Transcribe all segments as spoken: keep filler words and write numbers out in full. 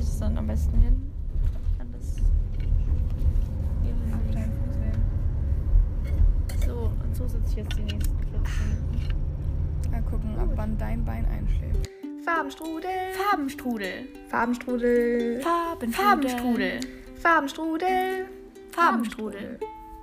ich das dann am besten hin? Kann das Auf deinen Fuß nehmen. so, und so sitze ich jetzt die nächsten vierzehn Minuten. Mal gucken, ab wann dein Bein einschläft. Farbenstrudel. Farbenstrudel. Farbenstrudel. Farbenstrudel. Farbenstrudel. Farbenstrudel.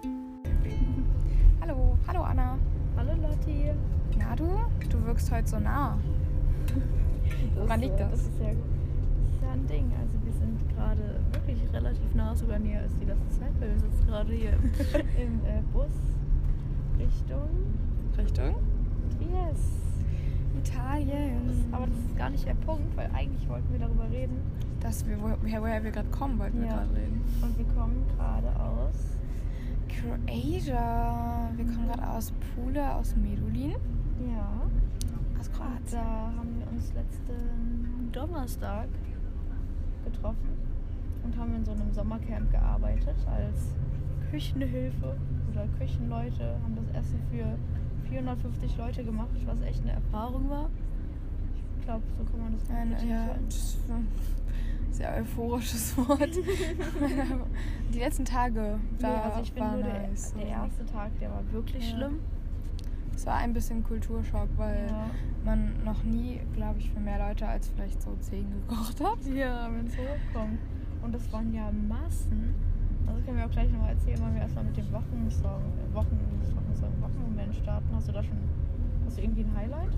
Hallo, hallo Anna. Hallo Lotti. Na du? Du wirkst heute so nah. Woran liegt das? Das ist, ja, das ist ja ein Ding. Also wir sind gerade wirklich relativ nah, sogar näher als die letzte Zeit, weil wir sitzen gerade hier im äh, Bus Richtung Richtung? Triest. Italien. Aber das ist gar nicht der Punkt, weil eigentlich wollten wir darüber reden. Dass wir, woher, woher wir gerade kommen, wollten wir Ja. gerade reden. Und wir kommen gerade aus. Croatia. Wir kommen gerade aus Pula, aus Medulin. Ja. Aus Und Kroatien. da haben wir uns letzten Donnerstag getroffen und haben in so einem Sommercamp gearbeitet als Küchenhilfe oder Küchenleute, haben das Essen für vierhundertfünfzig Leute gemacht, was echt eine Erfahrung war. Ich glaube, so kann man das Ein, betiteln. ja, das ist ein sehr euphorisches Wort. Die letzten Tage, da Nee, also ich war finde, der, nice. der erste Tag, der war wirklich Ja. schlimm. Es war ein bisschen Kulturschock, weil Ja. man noch nie, glaube ich, für mehr Leute als vielleicht so zehn gekocht hat. Ja, wenn es hochkommt. Und das waren ja Massen. Also können wir auch gleich nochmal erzählen, weil wir erstmal mit dem Wochensong, äh, Wochen, Wochensong, Wochenmoment starten. Hast du da schon, hast du irgendwie ein Highlight?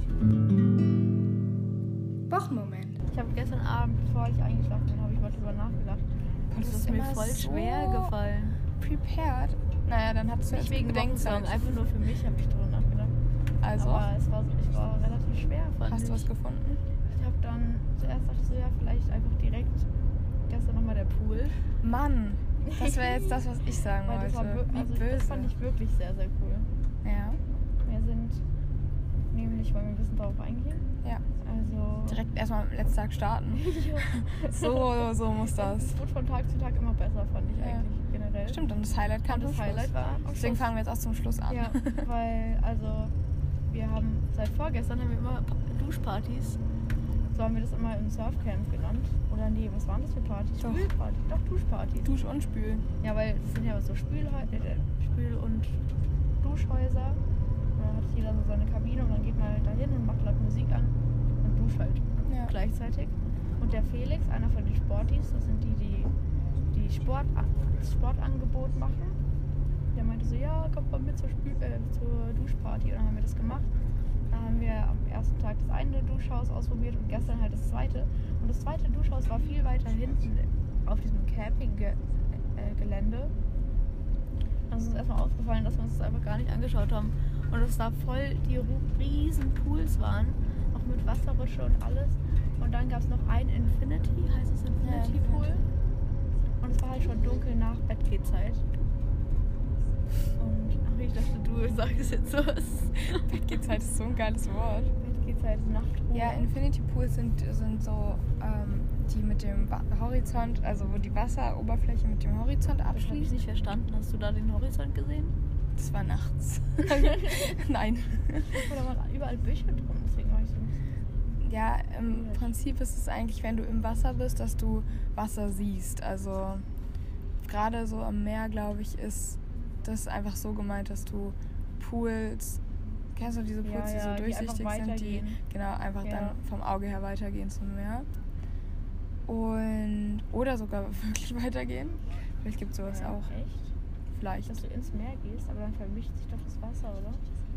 Wochenmoment. Ich habe gestern Abend, bevor ich eingeschlafen bin, habe ich mal drüber nachgedacht. Das Das ist ist mir immer voll so schwer gefallen. Prepared. Naja, dann hattest du Nicht jetzt wegen Bedenkzeit. Wochensong, einfach nur für mich habe ich drüber nachgedacht. Also, Aber es war, ich war relativ schwer, fand hast ich. du was gefunden? Ich habe dann, zuerst dachte ich so, ja, vielleicht einfach direkt gestern nochmal der Pool. Mann, das wäre jetzt das, was ich sagen Weil das, war wollte. wir- Wie also, böse. das fand ich wirklich sehr, sehr cool. Ja, Wir sind nämlich, wollen wir ein bisschen darauf eingehen? ja. Also. Direkt erstmal am letzten Tag starten. So, so muss das. Es wird von Tag zu Tag immer besser, fand ich Ja. eigentlich generell. Stimmt, und das Highlight kam Und das zum Schluss. Highlight war am Deswegen Schluss. fangen wir jetzt auch zum Schluss an. Ja, weil, also, wir haben seit vorgestern haben wir immer Pa- Duschpartys. So haben wir das immer im Surfcamp genannt. Oder nee, was waren das für Partys? Doch. Spülpartys. Doch, Duschpartys. Dusch und Spül. Ja, weil es sind ja so Spülhäu- äh, Spül- und Duschhäuser. Und dann hat jeder so seine Kabine und dann geht man halt dahin und macht laut Musik an und duscht halt Ja. gleichzeitig. Und der Felix, einer von den Sportis, das sind die, die die Sport, das Sportangebot machen. Der meinte so, ja, kommt mal mit zur, Spül äh, zur Duschparty. Und dann haben wir das gemacht. Dann haben wir am ersten Tag das eine Duschhaus ausprobiert und gestern halt das zweite. Und das zweite Duschhaus war viel weiter hinten auf diesem Campinggelände. Dann ist uns erstmal aufgefallen, dass wir uns das einfach gar nicht angeschaut haben. Und dass da voll die riesen Pools waren, auch mit Wasserrutsche und alles. Und dann gab es noch ein Infinity, heißt es Infinity Ja, Pool. Und es war halt schon dunkel nach Bettgehzeit. Und ach, ich dachte, du sagst jetzt was. Bettgehzeit ist so ein geiles Wort. Bettgehzeit, Nachtruhe. Ja, Infinity Pools sind, sind so ähm, die mit dem Wa- Horizont, also wo die Wasseroberfläche mit dem Horizont Das habe ich abschließt. nicht verstanden. Hast du da den Horizont gesehen? Das war nachts. Nein. Oder waren überall Büsche drum, deswegen war ich so. Ja, im Prinzip ist es eigentlich, wenn du im Wasser bist, dass du Wasser siehst. Also gerade so am Meer, glaube ich, ist das einfach so gemeint, dass du Pools, kennst du diese Pools, Ja, ja, die die so durchsichtig einfach sind, die weitergehen. genau einfach Ja. dann vom Auge her weitergehen zum Meer. Und oder sogar wirklich weitergehen. Vielleicht gibt es sowas Ja, auch. Echt? Vielleicht. Dass du ins Meer gehst, aber dann vermischt sich doch das Wasser, oder?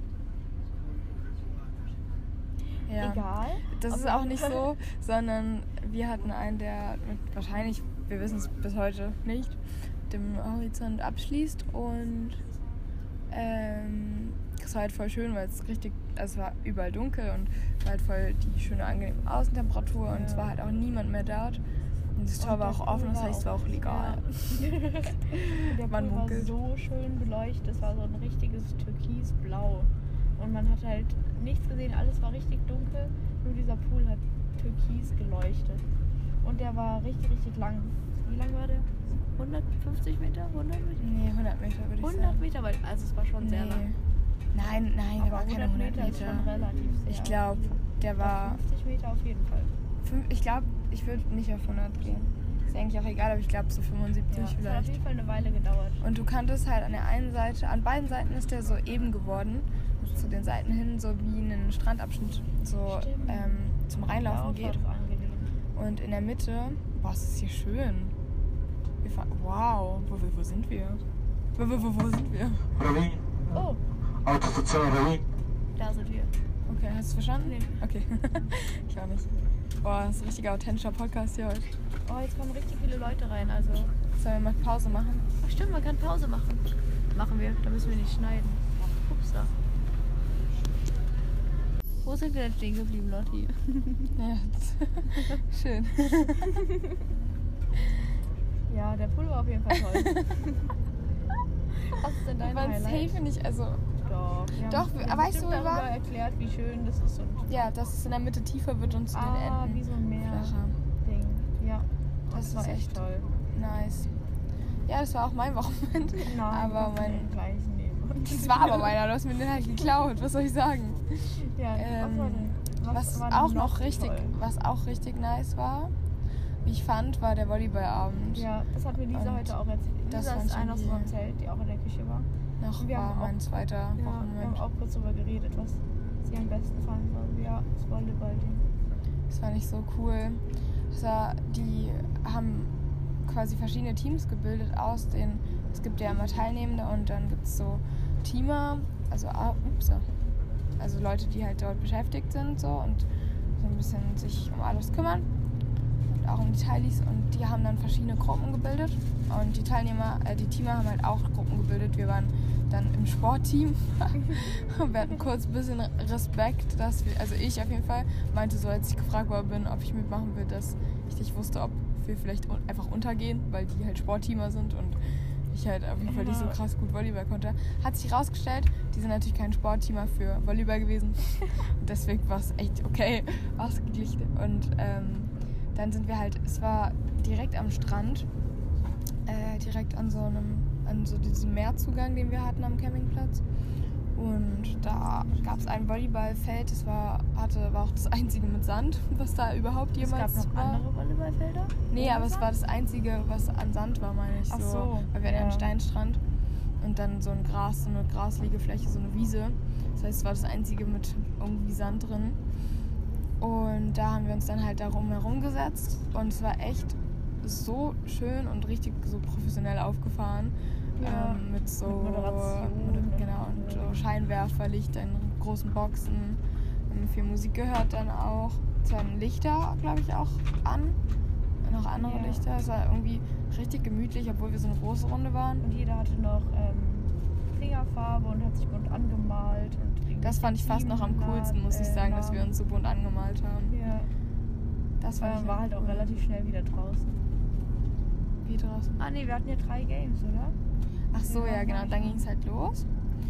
Ja. Egal. Das Auf ist jeden auch nicht Fall. so, sondern wir hatten einen, der mit, wahrscheinlich, wir wissen es bis heute nicht, dem Horizont abschließt und ähm, es war halt voll schön, weil es richtig, also es war überall dunkel und es war halt voll die schöne, angenehme Außentemperatur und Ja. es war halt auch niemand mehr dort. Und das Tor Und war der auch Pool offen, das war heißt, es war auch legal. Ja. Und der Man Pool war munkelt. so schön beleuchtet, es war so ein richtiges Türkisblau. Und man hat halt nichts gesehen, alles war richtig dunkel, nur dieser Pool hat türkis geleuchtet. Und der war richtig, richtig lang. Wie lang war der? hundertfünfzig Meter? hundert Meter? Nee, hundert Meter würde ich hundert sagen. Meter, weil, also es war schon sehr Nee. lang. Nein, nein, der war Aber keine hundert Meter ist Meter. schon relativ sehr. Ich glaube, der war fünfzig Meter auf jeden Fall. fünf, ich glaube, ich würde nicht auf hundert gehen. Ist eigentlich auch egal, aber ich glaube so fünfundsiebzig Ja, es hat auf vielleicht. jeden Fall eine Weile gedauert. Und du kanntest halt an der einen Seite, an beiden Seiten ist der so eben geworden. Zu den Seiten hin, so wie ein Strandabschnitt so ähm, zum Reinlaufen geht. Und in der Mitte, boah, es ist hier schön. Wir fahren, wow, wo, wo sind wir? Wo, wo, wo, wo sind wir? Oh, Autostation Berlin. da sind wir. Okay, hast du es verstanden? Nee. Okay, ich auch nicht. Boah, das ist ein richtiger authentischer Podcast hier heute. Oh, jetzt kommen richtig viele Leute rein, also... Sollen wir mal Pause machen? Ach stimmt, man kann Pause machen. Machen wir, da müssen wir nicht schneiden. Upsa. Wo sind wir denn stehen geblieben, Lotti? Ja, schön. Ja, der Pool war auf jeden Fall toll. Was ist denn dein Wir waren Highlight? safe nicht, also Doch, wir Doch, haben, wir- haben weißt bestimmt du, wir darüber waren- erklärt, wie schön das ist und ja, dass es in der Mitte tiefer wird und zu ah, den Enden wie so ein flacher. Meer-Ding. Ja, Das war ist echt echt toll. Nice. Ja, das war auch mein Wochenende. Nein, aber wir mein, den gleichen nehmen. das war aber meiner, du hast mir den halt geklaut, was soll ich sagen? Ja, Ähm, was war denn? Was war auch denn noch richtig, toll? was auch richtig nice war, wie ich fand, war der Volleyballabend. Ja, das hat mir Lisa Und heute auch erzählt. das Lisa fand ist ich einer aus irgendwie- unserem Zelt, die auch in der Küche war. Noch Wir war haben auch- mein zweiter Ja, wir haben Wochenende. auch kurz darüber geredet, was sie am besten fand. Also, ja, das Volleyball-Ding. Das fand ich so cool. Das war, die haben quasi verschiedene Teams gebildet aus den, es gibt ja immer Teilnehmende und dann gibt es so Teamer, also ah, ups, also Leute, die halt dort beschäftigt sind so und so ein bisschen sich um alles kümmern und auch um die Teilis und die haben dann verschiedene Gruppen gebildet und die Teilnehmer, äh, die Teamer haben halt auch Gruppen gebildet. Wir waren dann im Sportteam. Wir hatten kurz ein bisschen Respekt, dass wir, also ich auf jeden Fall, meinte so, als ich gefragt worden bin, ob ich mitmachen will, dass ich nicht wusste, ob wir vielleicht un- einfach untergehen, weil die halt Sportteamer sind und ich halt auf jeden Fall nicht so krass gut Volleyball konnte. Hat sich rausgestellt, die sind natürlich kein Sportteamer für Volleyball gewesen. Und deswegen war es echt okay, ausgeglichen. Und ähm, dann sind wir halt, es war direkt am Strand, äh, direkt an so einem, an so diesem Meerzugang, den wir hatten am Campingplatz. Und da gab es ein Volleyballfeld, das war, hatte, war auch das einzige mit Sand, was da überhaupt Es jemals gab noch war. andere Volleyballfelder? Nee, Ohne aber es Sand? war das einzige, was an Sand war, meine ich. Ach so. so, Weil wir hatten ja. einen Steinstrand und dann so ein Gras, so eine Grasliegefläche, so eine Wiese. Das heißt, es war das einzige mit irgendwie Sand drin. Und da haben wir uns dann halt darum herum gesetzt und es war echt so schön und richtig so professionell aufgefahren. Ja, ähm, mit so mit Moderation mit, genau, und und so Scheinwerferlicht in großen Boxen. Und viel Musik gehört dann auch. Es waren Lichter, glaube ich, auch an. Noch andere Ja. Lichter. Es war irgendwie richtig gemütlich, obwohl wir so eine große Runde waren. Und jeder hatte noch ähm, Fingerfarbe und hat sich bunt angemalt. Und Das fand ich fast noch am coolsten, muss ich sagen, dass wir uns so bunt angemalt haben. Ja, Das weil fand ich man war halt echt auch cool. relativ schnell wieder draußen. Wie draußen. Ah ne, wir hatten ja drei Games, oder? Ach so, Ja, ja, genau. Dann ging es halt los.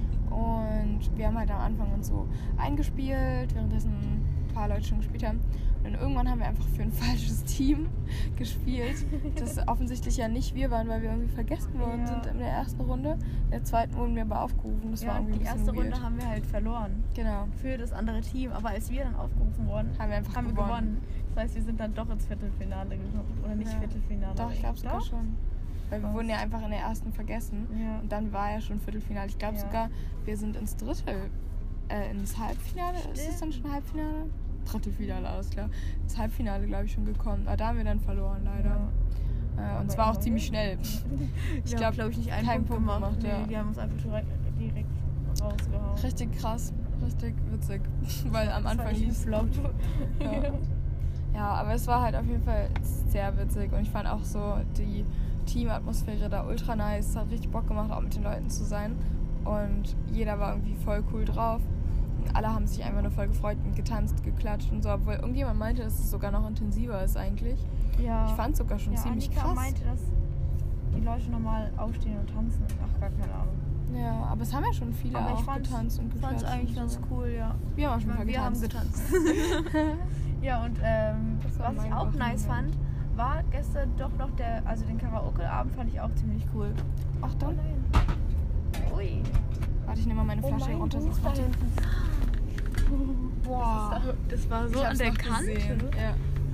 Und wir haben halt am Anfang uns so eingespielt, währenddessen ein paar Leute schon gespielt haben. Und dann irgendwann haben wir einfach für ein falsches Team gespielt, das offensichtlich ja nicht wir waren, weil wir irgendwie vergessen worden Ja. sind in der ersten Runde. In der zweiten wurden wir aber aufgerufen. Das ja, war irgendwie die ein bisschen erste weird. Runde haben wir halt verloren Genau. für das andere Team. Aber als wir dann aufgerufen wurden, Haben wir einfach haben wir gewonnen. gewonnen. Das heißt, wir sind dann doch ins Viertelfinale gekommen. Oder nicht Ja. Viertelfinale. Doch, ich glaube sogar Doch? schon. Weil wir Krass. wurden ja einfach in der ersten vergessen. Ja. Und dann war ja schon Viertelfinale. Ich glaube Ja. sogar, wir sind ins Drittel, äh, ins Halbfinale. Ist es dann schon Halbfinale? Drittelfinale, alles klar. Ins Halbfinale, glaube ich, schon gekommen. Aber da haben wir dann verloren, leider. Ja. Äh, und Aber es war auch immerhin. ziemlich schnell. Ich glaub, glaube, glaube ich, nicht einen keinen Punkt Punkt gemacht. gemacht, ja. Nee, die haben uns einfach direkt, direkt rausgehauen. Richtig krass, richtig witzig. Weil am Das war Anfang echt ein hieß Flop. Ja. Ja, aber es war halt auf jeden Fall sehr witzig und ich fand auch so die Teamatmosphäre da ultra nice. Es hat richtig Bock gemacht, auch mit den Leuten zu sein. Und jeder war irgendwie voll cool drauf. Und alle haben sich einfach nur voll gefreut und getanzt, geklatscht und so. Obwohl irgendjemand meinte, dass es sogar noch intensiver ist eigentlich. Ja. Ich fand es sogar schon ja, ziemlich Annika krass. meinte, dass die Leute normal aufstehen und tanzen. Ach, gar keine Ahnung. Ja, aber es haben ja schon viele Aber ich auch fand's- getanzt und Ich geklatscht. fand es eigentlich und ganz so. cool, ja. Wir haben auf Ich jeden meine, Fall wir haben getanzt. getanzt. Ja, und ähm, Das war was ich mein auch nice Wochenende. fand, war gestern doch noch der, also den Karaoke-Abend fand ich auch ziemlich cool. Ach Oh dann, nein. Ui. warte, ich nehme mal meine Oh Flasche mein runter. Buch sonst da macht die- hinten. Boah. Das, ist da, das war so Ich an hab's der noch Kante. gesehen. Ja. Das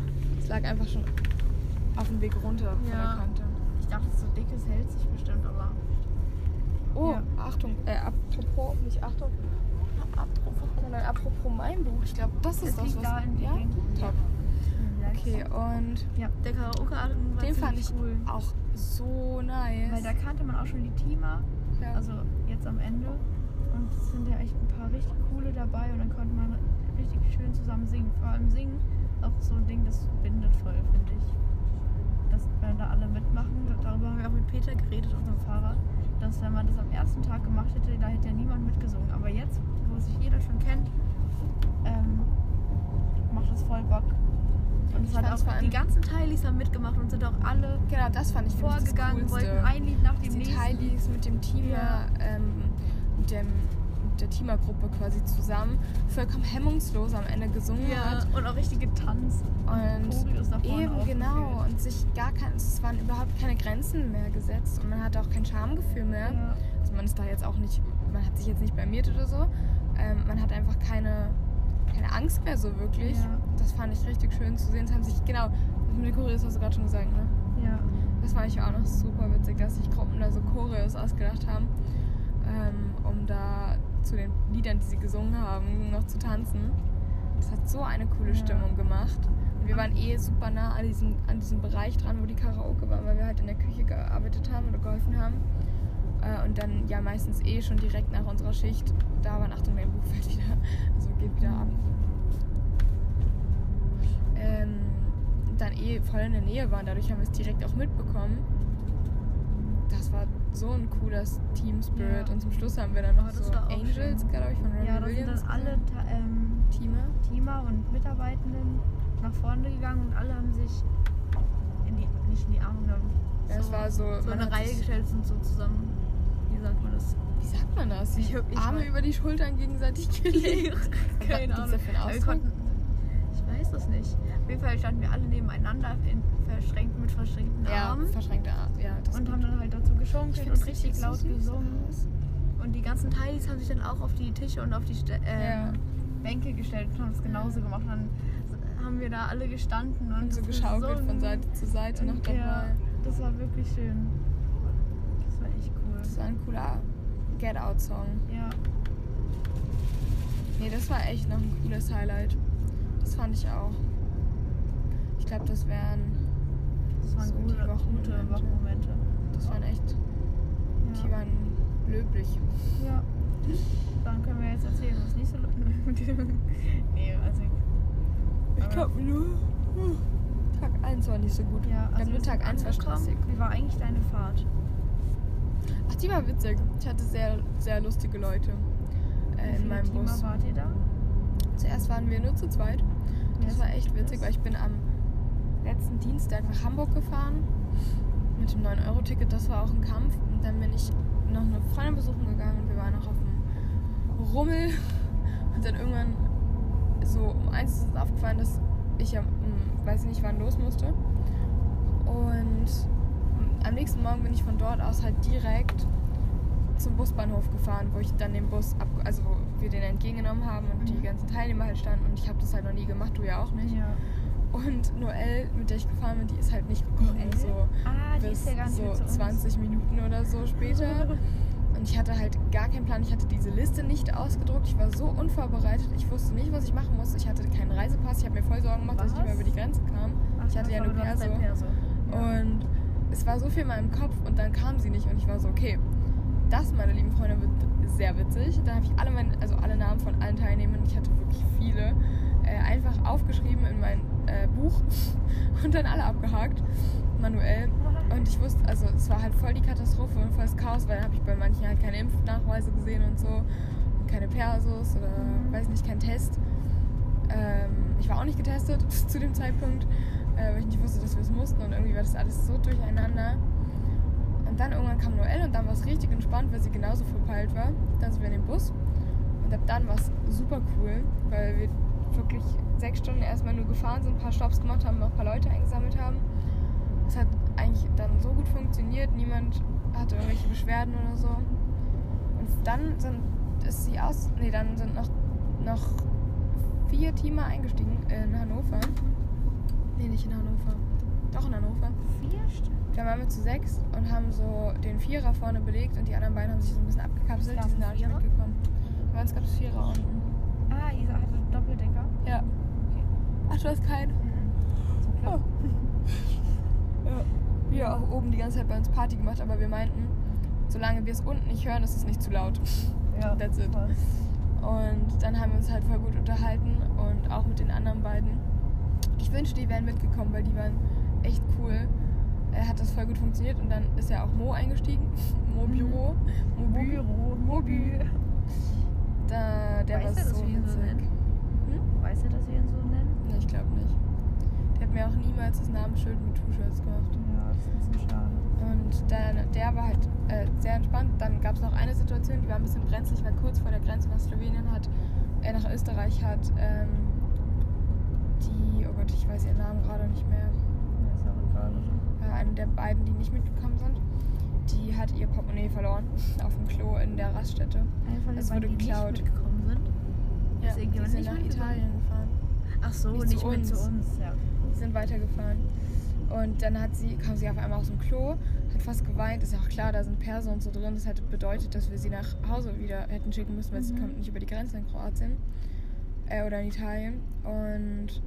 lag einfach schon auf dem Weg runter von Ja. der Kante. Ich dachte, so dickes hält sich bestimmt, aber... Oh, Ja. Achtung, äh, apropos, nicht Achtung, apropos, sondern apropos mein Buch. Ich glaube, das ist Es das, liegt was... da in ja, Gegend. top. Okay, und Ja, der Karaoke-Abend war den fand ziemlich ich cool. auch so nice. Weil da kannte man auch schon die Teamer, ja. also jetzt am Ende. Und es sind ja echt ein paar richtig coole dabei und dann konnte man richtig schön zusammen singen. Vor allem singen, auch so ein Ding, das bindet voll, finde ich. Dass wenn da alle mitmachen, darüber haben wir auch mit Peter geredet, unserem Fahrer, dass wenn man das am ersten Tag gemacht hätte, da hätte ja niemand mitgesungen. Aber jetzt, wo sich jeder schon kennt, ähm, macht das voll Bock. Und es Ich hat fand's vor auch, allem- die ganzen Teilis haben mitgemacht und sind auch alle Genau, das fand ich nämlich das vorgegangen, Coolste. wollten ein Lied nach dem Die nächsten. Teilis mit dem Team, Ja. ähm, mit, dem, mit der Teamergruppe quasi zusammen, vollkommen hemmungslos am Ende gesungen Ja, hat. und auch richtig getanzt. Und Choreos nach vorne eben, genau. aufgeführt. Und sich gar kein, es waren überhaupt keine Grenzen mehr gesetzt und man hatte auch kein Schamgefühl mehr. Ja. Also man ist da jetzt auch nicht, man hat sich jetzt nicht blamiert oder so. Ähm, man hat einfach keine, keine Angst mehr so wirklich. Ja. Das fand ich richtig schön zu sehen. Es haben sich, genau, mit den Choreos hast du gerade schon gesagt, ne? Ja. Das fand ich auch noch super witzig, dass sich Gruppen da so Choreos ausgedacht haben, ähm, um da zu den Liedern, die sie gesungen haben, noch zu tanzen. Das hat so eine coole Ja. Stimmung gemacht. Und wir waren eh super nah an diesem, an diesem Bereich dran, wo die Karaoke waren, weil wir halt in der Küche gearbeitet haben oder geholfen haben. Äh, und dann ja meistens eh schon direkt nach unserer Schicht da waren. Achtung, mein Buch fällt wieder, also geht wieder ab. Ähm, dann eh voll in der Nähe waren, dadurch haben wir es direkt auch mitbekommen. Das war so ein cooler Team Spirit Ja. und zum Schluss haben wir dann noch Aber das so war auch Angels, schön. glaube ich, von Robbie Ja, da sind Williams. dann alle Ta- ähm, Teamer. Teamer und Mitarbeitenden nach vorne gegangen und alle haben sich in die, nicht in die Arme genommen. Ja, es war so, so man eine hat Reihe sich- gestellt sind so zusammen. Wie sagt man das? Wie sagt man das? Die Ich- ich Arme weiß- über die Schultern gegenseitig gelegt. Keine Gibt's Ahnung. dafür einen Aber wir Ausdruck? konnten, ich weiß das nicht. Auf jeden Fall standen wir alle nebeneinander in verschränkt, mit verschränkten Ja, Armen verschränkte Arme. Ja, das und ist haben gut. dann halt dazu Ich geschunkelt find und das richtig so laut süß gesungen. aus. Und die ganzen Teilis haben sich dann auch auf die Tische und auf die Ste ähm, Ja. Bänke gestellt und haben es genauso gemacht. Dann haben wir da alle gestanden und Und so es geschaukelt von gesungen. Seite zu Seite nach Und der ja, Wahl. das war wirklich schön. Das war echt cool. Das war ein cooler Get Out Song. Ja, Nee, das war echt noch ein cooles Highlight. Das fand ich auch. Ich glaube, das wären. das waren So, die gute, gute Wochenmomente. Wochenmomente. Das waren echt. Die Ja. waren löblich. ja. Dann können wir jetzt erzählen, was nicht so nee, also. Ich aber- glaube nur. Tag eins war nicht so gut. Ja, ich also glaube, wir nur sind Tag eins war angekommen. stressig. Wie war eigentlich deine Fahrt? Ach, die war witzig. Ich hatte sehr, sehr lustige Leute äh, Wie in viele meinem Teamer Bus. wart ihr da? Zuerst waren wir nur zu zweit. Das Ja, war echt witzig, weil ich bin am letzten Dienstag nach Hamburg gefahren mit dem neun Euro Ticket. Das war auch ein Kampf. Und dann bin ich noch eine Freundin besuchen gegangen und wir waren noch auf dem Rummel. Und dann irgendwann so um eins ist es aufgefallen, dass ich ja, um, weiß ich nicht, wann los musste. Und am nächsten Morgen bin ich von dort aus halt direkt zum Busbahnhof gefahren, wo ich dann den Bus, ab, also wo wir den entgegengenommen haben und die Mhm. ganzen Teilnehmer halt standen. Und ich habe das halt noch nie gemacht, du ja auch nicht. Ja. Und Noelle, mit der ich gefahren bin, die ist halt nicht gekommen. Noelle? So Ah, die bis ist ja gar nicht so mit zu uns. zwanzig Minuten oder so später. Und ich hatte halt gar keinen Plan. Ich hatte diese Liste nicht ausgedruckt. Ich war so unvorbereitet. Ich wusste nicht, was ich machen muss. Ich hatte keinen Reisepass. Ich habe mir voll Sorgen gemacht, dass ich nicht mehr Was? über die Grenze kam. Ach, Ich hatte krass, ja nur aber du hast Perso. dein Perso. Ja. Und es war so viel in meinem Kopf und dann kam sie nicht. Und ich war so, okay, das, meine lieben Freunde, wird sehr witzig. Dann habe ich alle meine, also alle Namen von allen Teilnehmern, ich hatte wirklich viele, äh, einfach aufgeschrieben in mein äh, Buch und dann alle abgehakt, manuell. Und ich wusste, also es war halt voll die Katastrophe und voll das Chaos, weil dann habe ich bei manchen halt keine Impfnachweise gesehen und so. Und keine Persos oder, Mhm. weiß nicht, kein Test. Ähm, ich war auch nicht getestet zu dem Zeitpunkt, äh, weil ich nicht wusste, dass wir es mussten. Und irgendwie war das alles so durcheinander. Und dann irgendwann kam Noelle und dann war es richtig entspannt, weil sie genauso verpeilt war. Dann sind wir in den Bus. Und ab dann war es super cool, weil wir wirklich sechs Stunden erstmal nur gefahren sind, ein paar Stopps gemacht haben, noch ein paar Leute eingesammelt haben. Es hat eigentlich dann so gut funktioniert, niemand hatte irgendwelche Beschwerden oder so. Und dann sind, ist sie aus, nee, dann sind noch, noch vier Teamer eingestiegen in Hannover. Nee, nicht in Hannover. Doch in Hannover. Vier Stück? Da waren wir zu sechs und haben so den Vierer vorne belegt und die anderen beiden haben sich so ein bisschen abgekapselt. Gab's Die sind auch nicht Vierer? mitgekommen. Bei uns gab es Vierer unten. Ah, ihr hatte Doppeldecker? Ja. Okay. Ach, du hast keinen? Mhm. Zum Glück. Oh. Ja. Wir haben auch oben die ganze Zeit bei uns Party gemacht, aber wir meinten, solange wir es unten nicht hören, ist es nicht zu laut. Ja, That's it. voll. Und dann haben wir uns halt voll gut unterhalten und auch mit den anderen beiden. Ich wünschte, die wären mitgekommen, weil die waren echt cool. Er hat das voll gut funktioniert und dann ist ja auch Mo eingestiegen. Mo Büro. Mo Bü. Büro. Mobi. Da, der Weiß war er, dass so wir ihn so witzig. nennen? Hm? Weiß er, dass wir ihn so nennen? Nee, ich glaube nicht. Der hat mir auch niemals das Namensschild mit T-Shirts gemacht. Ja, das ist ein bisschen schade. Und dann, der war halt äh, sehr entspannt. Dann gab es noch eine Situation, die war ein bisschen brenzlig, weil kurz vor der Grenze nach Slowenien hat, äh, nach Österreich hat ähm, die, oh Gott, ich weiß ihren Namen gerade nicht mehr, Ja, ist auch egal, oder? äh, eine der beiden, die nicht mitgekommen sind, die hat ihr Portemonnaie verloren auf dem Klo in der Raststätte. Eine von den Es beiden, wurde die geklaut. nicht mitgekommen sind. Ja, Ist die irgendjemand sind nicht nach mitgekommen? Italien gefahren. Ach so, Nicht nicht, zu mit uns. zu uns. Ja. Die sind weitergefahren. Und dann hat sie, kam sie auf einmal aus dem Klo, hat fast geweint. Ist ja auch klar, da sind Perser und so drin. Das hätte bedeutet, dass wir sie nach Hause wieder hätten schicken müssen, weil Mhm. sie kommt nicht über die Grenze in Kroatien äh, oder in Italien. Und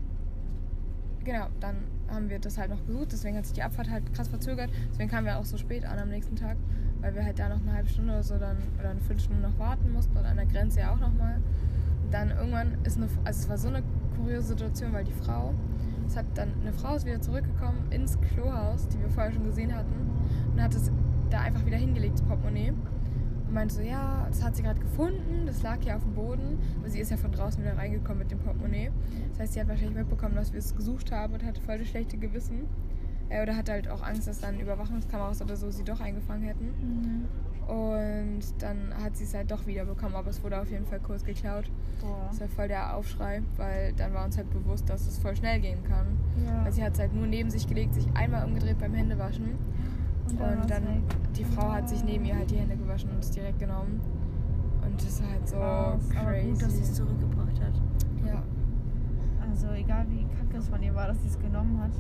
genau, dann haben wir das halt noch gesucht. Deswegen hat sich die Abfahrt halt krass verzögert. Deswegen kamen wir auch so spät an am nächsten Tag, weil wir halt da noch eine halbe Stunde oder so dann oder eine Viertelstunde noch warten mussten und an der Grenze ja auch nochmal. Dann irgendwann ist eine, also es war so eine kuriose Situation, weil die Frau, es hat dann, eine Frau ist wieder zurückgekommen ins Klohaus, die wir vorher schon gesehen hatten, und hat es da einfach wieder hingelegt, das Portemonnaie. Und meinte so, ja, das hat sie gerade gefunden, das lag hier auf dem Boden, aber sie ist ja von draußen wieder reingekommen mit dem Portemonnaie. Das heißt, sie hat wahrscheinlich mitbekommen, dass wir es gesucht haben und hatte voll das schlechte Gewissen. Äh, oder hatte halt auch Angst, dass dann Überwachungskameras oder so sie doch eingefangen hätten. Mhm. Und dann hat sie es halt doch wieder bekommen, aber es wurde auf jeden Fall kurz geklaut. Boah. Das war voll der Aufschrei, weil dann war uns halt bewusst, dass es voll schnell gehen kann. Ja. Weil sie hat es halt nur neben sich gelegt, sich einmal umgedreht beim Händewaschen. Und Und war's dann, weg. die Frau hat sich neben ihr halt die Hände gewaschen und es direkt genommen. Und das war halt so Krass, aber crazy. gut, dass sie es zurückgebracht hat. Ja. Also egal wie kacke es von ihr war, dass sie es genommen hat.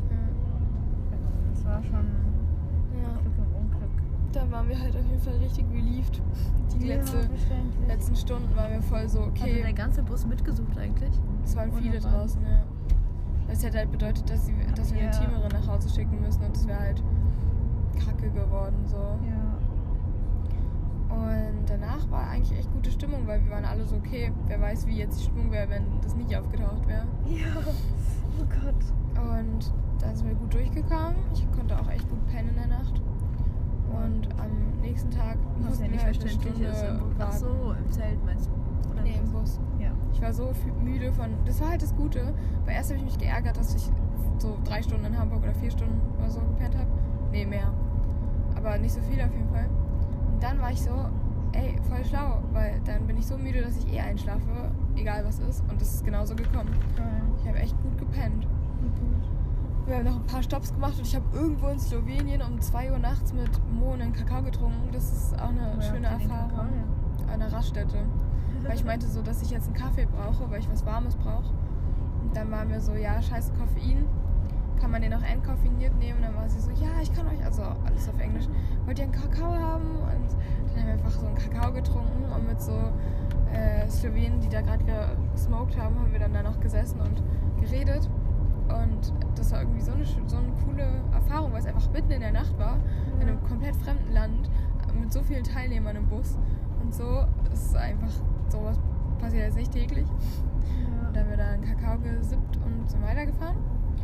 Es war schon Ja. Glück im Unglück. Da waren wir halt auf jeden Fall richtig relieved. Die letzte, verständlich. letzten Stunden waren wir voll so, Hatte der okay, ganze Bus mitgesucht eigentlich? es waren viele Wunderbar. draußen, ja. Das hätte halt bedeutet, dass, sie, dass wir Ja. eine Teamerin nach Hause schicken müssen und es wäre halt kacke geworden, so. Ja. Und danach war eigentlich echt gute Stimmung, weil wir waren alle so, okay, wer weiß, wie jetzt die Stimmung wäre, wenn das nicht aufgetaucht wäre. Ja. Oh Gott. Und da sind wir gut durchgekommen. Ich konnte auch echt gut pennen in der Nacht. Und am nächsten Tag Was mussten ja nicht wir halt eine verständlich Stunde ist. Im Bus. Ach warten. so, im Zelt meinst du? Oder Nee, im Bus. Ja. Ich war so fü- müde von... Das war halt das Gute. Weil erst habe ich mich geärgert, dass ich so drei Stunden in Hamburg oder vier Stunden oder so gepennt habe. Nee, mehr. Aber nicht so viel auf jeden Fall. Und dann war ich so, ey, voll schlau. Weil dann bin ich so müde, dass ich eh einschlafe, egal was ist. Und das ist genauso gekommen. Geil. Ich habe echt gut gepennt. Wir haben noch ein paar Stopps gemacht und ich habe irgendwo in Slowenien um zwei Uhr nachts mit Mo einen Kakao getrunken. Das ist auch eine Woher schöne habt ihr den Erfahrung. Kakao her? An einer Raststätte. Weil ich meinte so, dass ich jetzt einen Kaffee brauche, weil ich was Warmes brauche. Und dann waren wir so, ja, scheiße Koffein. Kann man den auch entkoffeiniert nehmen? Und dann war sie so, ja, ich kann euch, also alles auf Englisch, wollt ihr einen Kakao haben? Und dann haben wir einfach so einen Kakao getrunken und mit so äh, Slowenen, die da gerade gesmoked haben, haben wir dann da noch gesessen und geredet. Und das war irgendwie so eine, so eine coole Erfahrung, weil es einfach mitten in der Nacht war, in einem komplett fremden Land, mit so vielen Teilnehmern im Bus. Und so ist es einfach, sowas passiert jetzt nicht täglich. Ja. Und dann haben wir da einen Kakao gesippt und sind weitergefahren.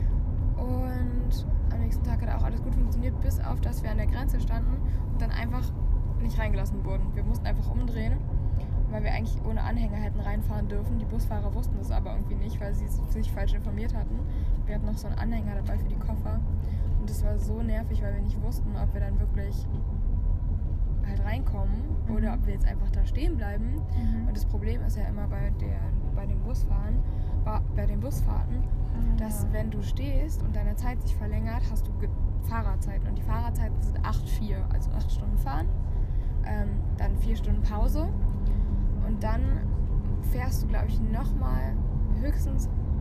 Und am nächsten Tag hat auch alles gut funktioniert, bis auf, dass wir an der Grenze standen und dann einfach nicht reingelassen wurden. Wir mussten einfach umdrehen, weil wir eigentlich ohne Anhänger hätten reinfahren dürfen. Die Busfahrer wussten das aber irgendwie nicht, weil sie sich falsch informiert hatten. Wir hatten noch so einen Anhänger dabei für die Koffer. Und das war so nervig, weil wir nicht wussten, ob wir dann wirklich halt reinkommen Mhm. oder ob wir jetzt einfach da stehen bleiben. Mhm. Und das Problem ist ja immer bei, der, bei den Busfahren, bei den Busfahrten, Ah, dass ja. wenn du stehst und deine Zeit sich verlängert, hast du Ge- Fahrradzeiten. Und die Fahrradzeiten sind acht vier, also acht Stunden fahren, ähm, dann vier Stunden Pause und dann fährst du, glaube ich, nochmal höchstens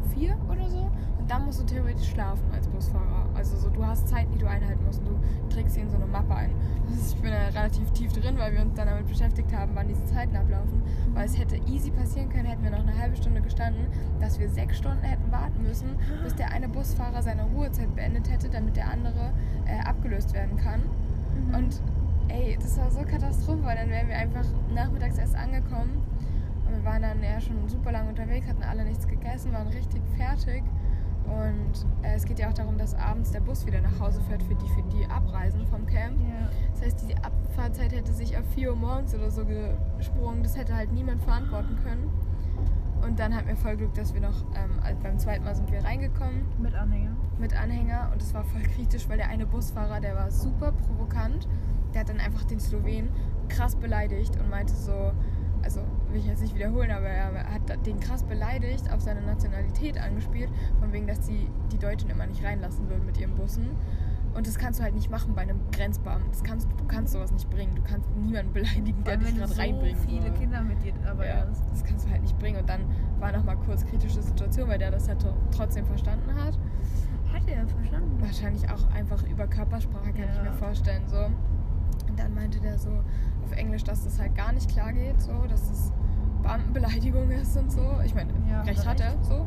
vier oder so. Und dann musst du theoretisch schlafen als Busfahrer. Also so, du hast Zeiten, die du einhalten musst und du trägst sie in so eine Mappe ein. Das ist, ich bin da relativ tief drin, weil wir uns dann damit beschäftigt haben, wann diese Zeiten ablaufen. Weil es hätte easy passieren können, hätten wir noch eine halbe Stunde gestanden, dass wir sechs Stunden hätten warten müssen, bis der eine Busfahrer seine Ruhezeit beendet hätte, damit der andere äh, abgelöst werden kann. Mhm. Und ey, das war so Katastrophe, weil dann wären wir einfach nachmittags erst angekommen. Und wir waren dann ja schon super lange unterwegs, hatten alle nichts gegessen, waren richtig fertig. Und äh, es geht ja auch darum, dass abends der Bus wieder nach Hause fährt für die, für die Abreisen vom Camp. Ja. Das heißt, die Abfahrtzeit hätte sich auf vier Uhr morgens oder so gesprungen. Das hätte halt niemand verantworten können. Und dann hatten wir voll Glück, dass wir noch, ähm, beim zweiten Mal sind wir reingekommen. Mit Anhänger. Mit Anhänger. Und es war voll kritisch, weil der eine Busfahrer, der war super provokant. Der hat dann einfach den Slowenen krass beleidigt und meinte so, also will ich jetzt nicht wiederholen, aber er hat den krass beleidigt, auf seine Nationalität angespielt, von wegen, dass die die Deutschen immer nicht reinlassen würden mit ihren Bussen. Und das kannst du halt nicht machen bei einem Grenzbeamten. Das kannst, du kannst sowas nicht bringen. Du kannst niemanden beleidigen, der dich gerade reinbringt. So viele Kinder mit dir dabei ja, hast. Das kannst du halt nicht bringen. Und dann war nochmal kurz kritische Situation, weil der das halt trotzdem verstanden hat. Hat er verstanden? Wahrscheinlich auch einfach über Körpersprache, kann ja. ich mir vorstellen. So. Und dann meinte der so auf Englisch, dass das halt gar nicht klar geht, so, dass das Beamtenbeleidigung ist und so. Ich meine, ja, recht hat er, so.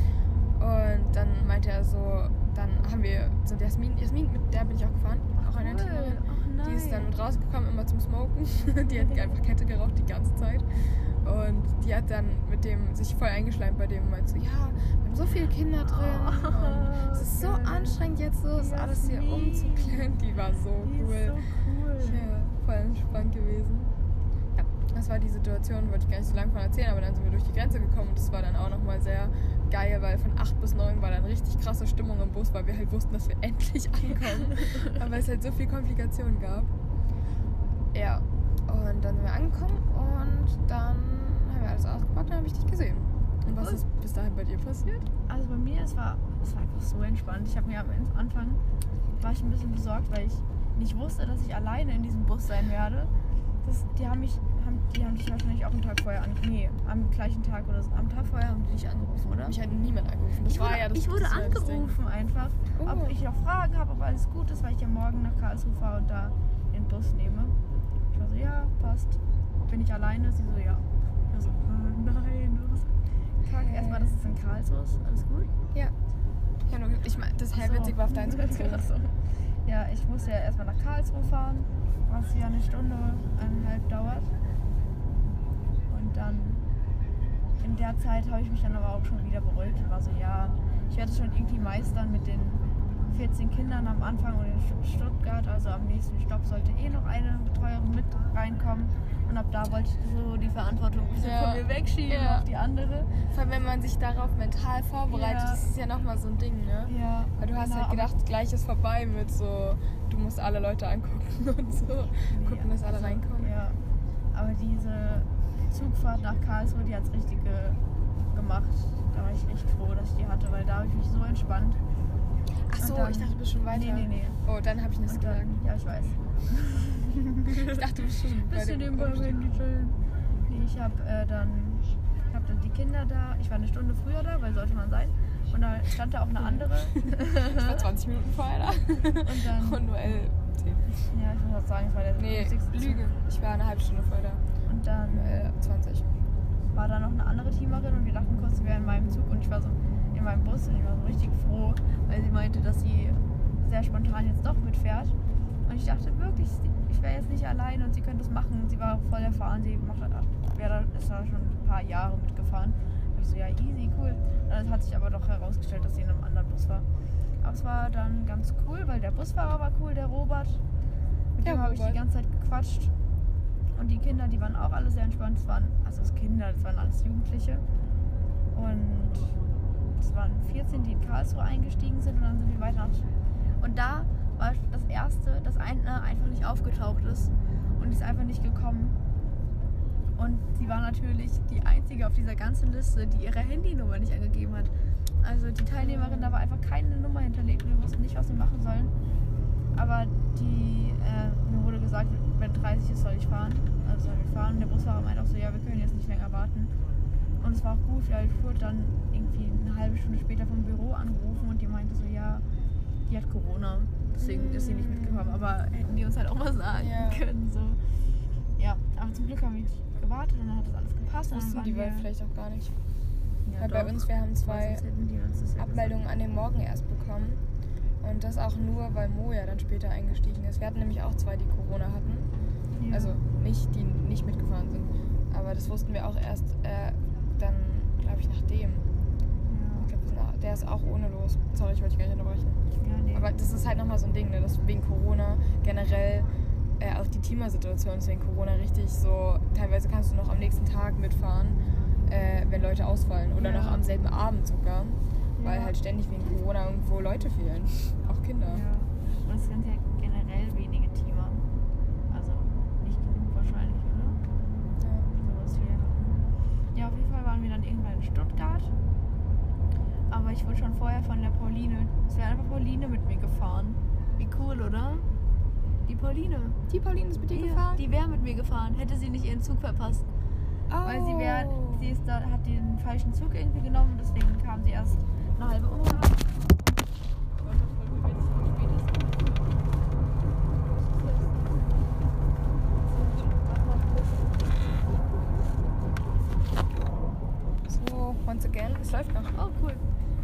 Und dann meinte er so, dann haben wir, sind Jasmin, Jasmin, mit der bin ich auch gefahren, auch eine Teamerin. Ach, die ist dann mit rausgekommen, immer zum Smoken. Die hat einfach Kette geraucht die ganze Zeit. Und die hat dann mit dem sich voll eingeschleimt bei dem und meinte so, ja, wir haben so viele Kinder drin und es ist so anstrengend jetzt so, das alles hier umzuklären. Die war so die cool. Ist so cool. Ja, voll entspannt gewesen. Ja, das war die Situation, wollte ich gar nicht so lange von erzählen, aber dann sind wir durch die Grenze gekommen und das war dann auch nochmal sehr geil, weil von acht bis neun war dann richtig krasse Stimmung im Bus, weil wir halt wussten, dass wir endlich ankommen. Aber es halt so viel Komplikationen gab. Ja, und dann sind wir angekommen und dann haben wir alles ausgepackt und dann habe ich dich gesehen. Und was ist bis dahin bei dir passiert? Also bei mir, es war, es war einfach so entspannt. Ich habe mir am Anfang, war ich ein bisschen besorgt, weil ich nicht wusste, dass ich alleine in diesem Bus sein werde. Das, die haben mich, haben, die haben dich wahrscheinlich auch einen Tag vorher angerufen. Nee, am gleichen Tag oder so. Am Tag vorher haben die dich angerufen, oder? Mich hat niemand angerufen. Das ich war wurde, ja das ich wurde das angerufen einfach, oh. ob ich noch Fragen habe, ob alles gut ist, weil ich ja morgen nach Karlsruhe fahre und da den Bus nehme. Ich war so, ja, passt. Bin ich alleine? Sie so, ja. Ich war so, oh nein, was? Tag äh. erstmal, dass es in Karlsruhe ist. Alles gut? Ja. Ja, nur, ich meine, das hell witzig war auf deinen Spaziergang. So. Ja, ich musste ja erstmal nach Karlsruhe fahren, was ja eine Stunde, eineinhalb dauert. Und dann in der Zeit habe ich mich dann aber auch schon wieder beruhigt und war so, ja, ich werde es schon irgendwie meistern mit den vierzehn Kindern am Anfang und in Stuttgart, also am nächsten Stopp sollte eh noch eine Betreuerin mit reinkommen. Und ab da wollte ich so die Verantwortung ja. von mir wegschieben ja. auf die andere. Vor allem, wenn man sich darauf mental vorbereitet, ja. das ist ja nochmal so ein Ding, ne? Ja. Weil du hast genau, halt gedacht, gleich ist vorbei mit so, du musst alle Leute angucken und so, nee, gucken, dass alle also, reinkommen. Ja, aber diese Zugfahrt nach Karlsruhe, die hat es richtig ge- gemacht. Da war ich echt froh, dass ich die hatte, weil da habe ich mich so entspannt. Ach so, dann, ich dachte, du bist schon weiter. Nee, nee, nee. Oh, dann habe ich nichts gesagt. Ja, ich weiß. Ich dachte, du bist schon bei dem Handy chillen. Nee, ich habe äh, dann, hab dann die Kinder da. Ich war eine Stunde früher da, weil sollte man sein. Und da stand da auch eine andere. Ich war zwanzig Minuten vorher da. Und dann. Und nur elf, zehn. Ja, ich muss auch sagen, es war der nee, Lüge. Ich war eine halbe Stunde vorher da. Und dann. Äh, zwanzig. War da noch eine andere Teamerin und wir dachten kurz, sie wäre in meinem Zug und ich war so in meinem Bus und ich war so richtig froh, weil sie meinte, dass sie sehr spontan jetzt doch mitfährt. Und ich dachte wirklich, ich wäre jetzt nicht alleine und sie könnte es machen. Sie war voll erfahren, sie macht, wäre da, ist da schon ein paar Jahre mitgefahren. Und ich so, ja, easy, cool. Dann hat sich aber doch herausgestellt, dass sie in einem anderen Bus war. Aber es war dann ganz cool, weil der Busfahrer war cool, der Robert. Mit dem habe ich die ganze Zeit gequatscht. Und die Kinder, die waren auch alle sehr entspannt. Das waren, also das Kinder, das waren alles Jugendliche. Und es waren vierzehn, die in Karlsruhe eingestiegen sind und dann sind wir weiter nach. Und da war das erste, dass eine einfach nicht aufgetaucht ist und ist einfach nicht gekommen. Und sie war natürlich die einzige auf dieser ganzen Liste, die ihre Handynummer nicht angegeben hat. Also die Teilnehmerin, da war einfach keine Nummer hinterlegt und wir wussten nicht, was sie machen sollen. Aber die, äh, mir wurde gesagt, wenn dreißig ist, soll ich fahren. Also sollen wir fahren. Und der Busfahrer meinte auch so, ja, wir können jetzt nicht länger warten. Und es war auch gut, weil ich fuhr dann irgendwie eine halbe Stunde später vom Büro angerufen und die meinte so, ja, die hat Corona, deswegen ist sie nicht mitgekommen. Aber hätten die uns halt auch mal sagen Ja. können. So. Ja, aber zum Glück haben wir gewartet und dann hat das alles gepasst. Und dann Wussten waren die wir, Welt vielleicht auch gar nicht. ja, Weil bei doch. uns, wir haben zwei Sonst hätten die uns das ja Abmeldungen an dem Morgen erst bekommen. Und das auch nur, weil Mo ja dann später eingestiegen ist. Wir hatten nämlich auch zwei, die Corona hatten. gesagt. Ja. Also nicht, die nicht mitgefahren sind. Aber das wussten wir auch erst äh, dann, glaube ich, nachdem. Ich Ja. glaube, der ist auch ohne los. Sorry, ich wollte dich gar nicht unterbrechen. Ja, nee. Aber das ist halt nochmal so ein Ding, ne? Dass wegen Corona generell äh, auch die Teamersituation ist wegen Corona richtig so. Teilweise kannst du noch am nächsten Tag mitfahren, äh, wenn Leute ausfallen. Oder Ja. noch am selben Abend sogar. Weil Ja. halt ständig wegen Corona irgendwo Leute fehlen. Auch Kinder. Ja. Und es sind ja generell wenige Teamer. Also nicht genug wahrscheinlich, oder? Ja. Sowas wie wir hatten. Ja, auf jeden Fall waren wir dann irgendwann in Stuttgart. Aber ich wurde schon vorher von der Pauline, es wäre einfach Pauline mit mir gefahren. Wie cool, oder? Die Pauline. Die Pauline ist mit dir Ja, gefahren? die wäre mit mir gefahren, hätte sie nicht ihren Zug verpasst. Oh. Weil sie wär, sie ist da, hat den falschen Zug irgendwie genommen und deswegen kam sie erst eine halbe Umfahrt. So, once again, es läuft noch. Oh, cool.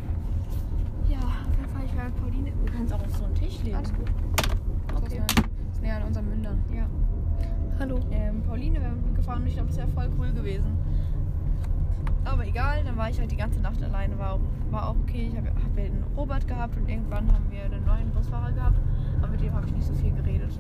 Ja, auf jeden Fall, ich war mit Pauline. Du kannst auch auf so einen Tisch legen. Alles gut. Okay. Das ist näher an unseren Mündern. Ja. Hallo. Ähm, Pauline wäre mit mir gefahren und ich glaube, das wäre voll cool gewesen. Aber egal, dann war ich halt die ganze Nacht alleine, war auch, war auch okay. Ich habe hab ja den Robert gehabt und irgendwann haben wir einen neuen Busfahrer gehabt, aber mit dem habe ich nicht so viel geredet.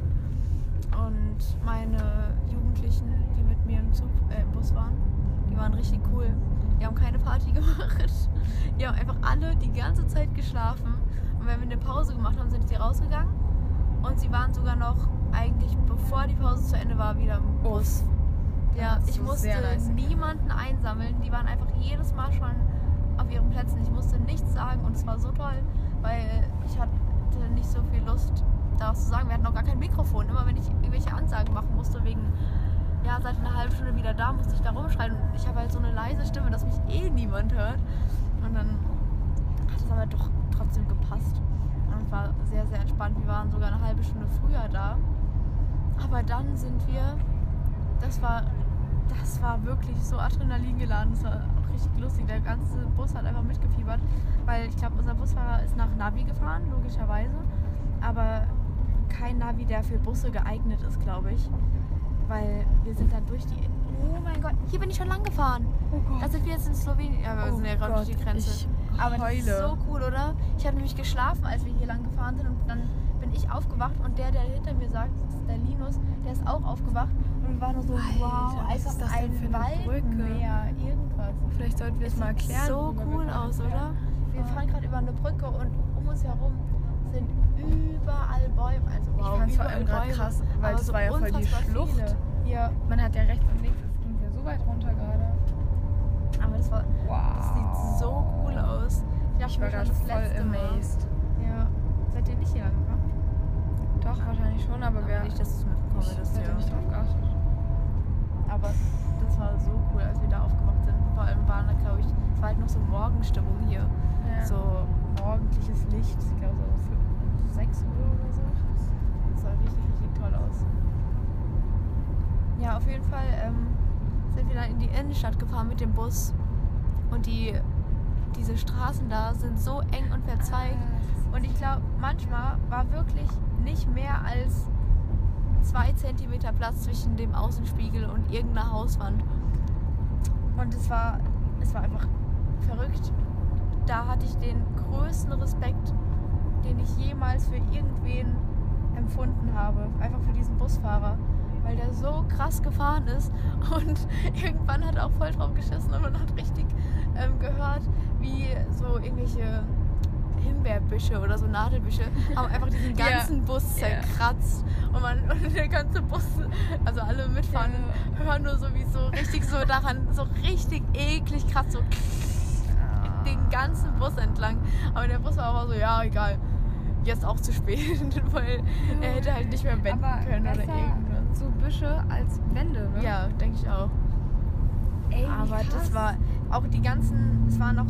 Und meine Jugendlichen, die mit mir im Zug, äh, im Bus waren, die waren richtig cool. Die haben keine Party gemacht. Die haben einfach alle die ganze Zeit geschlafen. Und wenn wir eine Pause gemacht haben, sind sie rausgegangen. Und sie waren sogar noch eigentlich, bevor die Pause zu Ende war, wieder im Bus. Ja, Das ist ich so musste sehr nice. niemanden einsammeln. Die waren einfach jedes Mal schon auf ihren Plätzen. Ich musste nichts sagen und es war so toll, weil ich hatte nicht so viel Lust, da was zu sagen. Wir hatten auch gar kein Mikrofon. Immer wenn ich irgendwelche Ansagen machen musste, wegen, ja, seit einer halben Stunde wieder da, musste ich da rumschreien. Und ich habe halt so eine leise Stimme, dass mich eh niemand hört. Und dann hat es aber doch trotzdem gepasst. Und es war sehr, sehr entspannt. Wir waren sogar eine halbe Stunde früher da. Aber dann sind wir, das war, das war wirklich so Adrenalin geladen. Das war auch richtig lustig. Der ganze Bus hat einfach mitgefiebert. Weil ich glaube, unser Busfahrer ist nach Navi gefahren, logischerweise. Aber kein Navi, der für Busse geeignet ist, glaube ich. Weil wir sind dann durch die... Oh mein Gott, hier bin ich schon lang gefahren. Oh Gott. Da sind wir jetzt in Slowenien. Ja, wir Oh sind ja gerade durch die Gott, Grenze. ich Aber das ist heule. so cool, oder? Ich habe nämlich geschlafen, als wir hier lang gefahren sind. Und dann bin ich aufgewacht und der, der hinter mir sagt, das ist der Linus, der ist auch aufgewacht. Und wir waren nur so, Alter, wow, was einfach ist das denn für ein eine Brücke? Waldmeer, irgendwas. Vielleicht sollten wir es Es mal sieht erklären. so worüber wir cool fahren. aus, oder? Ja. Wir fahren gerade über eine Brücke und um uns herum sind überall Bäume. Also wow, Ich fand's vor überall allem gerade Bäume, krass, weil aber es so war ja voll die unfassbar Schlucht. viele. Ja, Man hat ja rechts und links, es ging ja so weit runter gerade. aber das war, Wow. das sieht so cool aus. Ich, dachte Ich war mir schon gerade das voll letzte Mal. amazed. Ja. Seid ihr nicht hier lang gefahren? Doch, wahrscheinlich schon, aber, Aber wer nicht, dass ich es mitbekomme, ich dass hätte ihr... nicht drauf geachtet. Aber das war so cool, als wir da aufgewacht sind. Vor allem waren da, glaube ich, es war halt noch so Morgenstimmung hier. Ja. So morgendliches Licht, ich glaube so für sechs Uhr oder so. Das sah richtig, richtig toll aus. Ja, auf jeden Fall ähm, sind wir dann in die Innenstadt gefahren mit dem Bus. Und die, diese Straßen da sind so eng und verzweigt. Und ich glaube, manchmal war wirklich nicht mehr als zwei Zentimeter Platz zwischen dem Außenspiegel und irgendeiner Hauswand. Und es war, es war einfach verrückt. Da hatte ich den größten Respekt, den ich jemals für irgendwen empfunden habe. Einfach für diesen Busfahrer. Weil der so krass gefahren ist und irgendwann hat er auch voll drauf geschissen und man hat richtig ähm, gehört, wie so irgendwelche Himbeerbüsche oder so Nadelbüsche haben einfach diesen ganzen Ja. Bus zerkratzt. Und, man, und der ganze Bus, also alle mitfahren, Ja. hören nur so wie so richtig so daran, so richtig eklig krass, so den ganzen Bus entlang. Aber der Bus war aber so, ja, egal, jetzt auch zu spät, weil er hätte halt nicht mehr wenden Aber können oder besser irgendwas. so Büsche als Wände, ne? Ja, denke ich auch. Ey, wie Aber krass. das war auch die ganzen, es waren auch richtig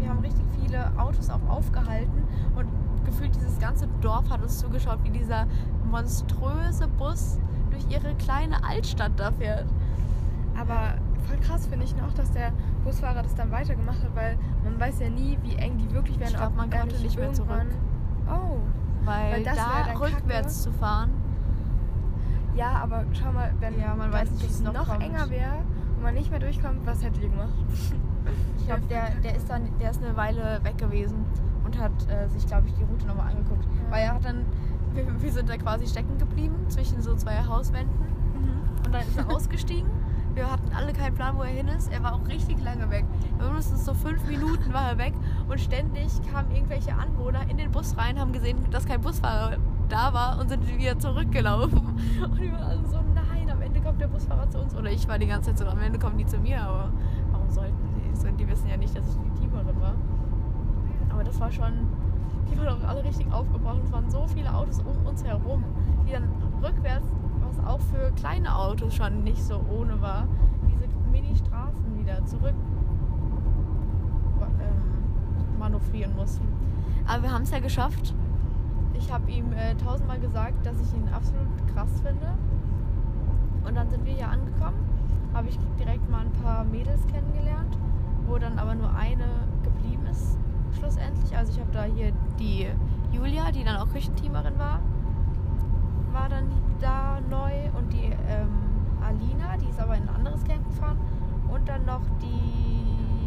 Wir haben richtig viele Autos auch aufgehalten und gefühlt dieses ganze Dorf hat uns zugeschaut, wie dieser monströse Bus durch ihre kleine Altstadt da fährt. Aber voll krass finde ich noch, dass der Busfahrer das dann weitergemacht hat, weil man weiß ja nie, wie eng die wirklich werden. Ich glaube, man konnte nicht mehr zurück. Oh. Weil, Weil das da wär dann rückwärts Kacke. zu fahren. Ja, aber schau mal, wenn Ja, man weiß nicht, wie es es noch noch kommt. enger wäre und man nicht mehr durchkommt, was hättet ihr gemacht? Ich glaube, der, der, ist dann, der ist eine Weile weg gewesen und hat äh, sich, glaube ich, die Route nochmal angeguckt. Ja. Weil er hat dann, wir, wir sind da quasi stecken geblieben zwischen so zwei Hauswänden. Mhm. Und dann ist er ausgestiegen. Wir hatten alle keinen Plan, wo er hin ist. Er war auch richtig lange weg. Mindestens so fünf Minuten war er weg. Und ständig kamen irgendwelche Anwohner in den Bus rein, haben gesehen, dass kein Busfahrer da war und sind wieder zurückgelaufen. Und die waren alle so, nein, am Ende kommt der Busfahrer zu uns. Oder ich war die ganze Zeit so, am Ende kommen die zu mir. Aber warum sollten die? So, die wissen ja nicht, dass ich die Teamerin war. Aber das war schon, die waren auch alle richtig aufgebracht. Es waren so viele Autos um uns herum, die dann rückwärts, was auch für kleine Autos schon nicht so ohne war, diese Mini-Straßen wieder zurück ähm, manövrieren mussten. Aber wir haben es ja geschafft. Ich habe ihm äh, tausendmal gesagt, dass ich ihn absolut krass finde. Und dann sind wir hier angekommen, habe ich direkt mal ein paar Mädels kennengelernt, wo dann aber nur eine geblieben ist schlussendlich. Also ich habe da hier die Julia, die dann auch Küchenteamerin war, war dann da neu und die ähm, Alina, die ist aber in ein anderes Camp gefahren und dann noch die,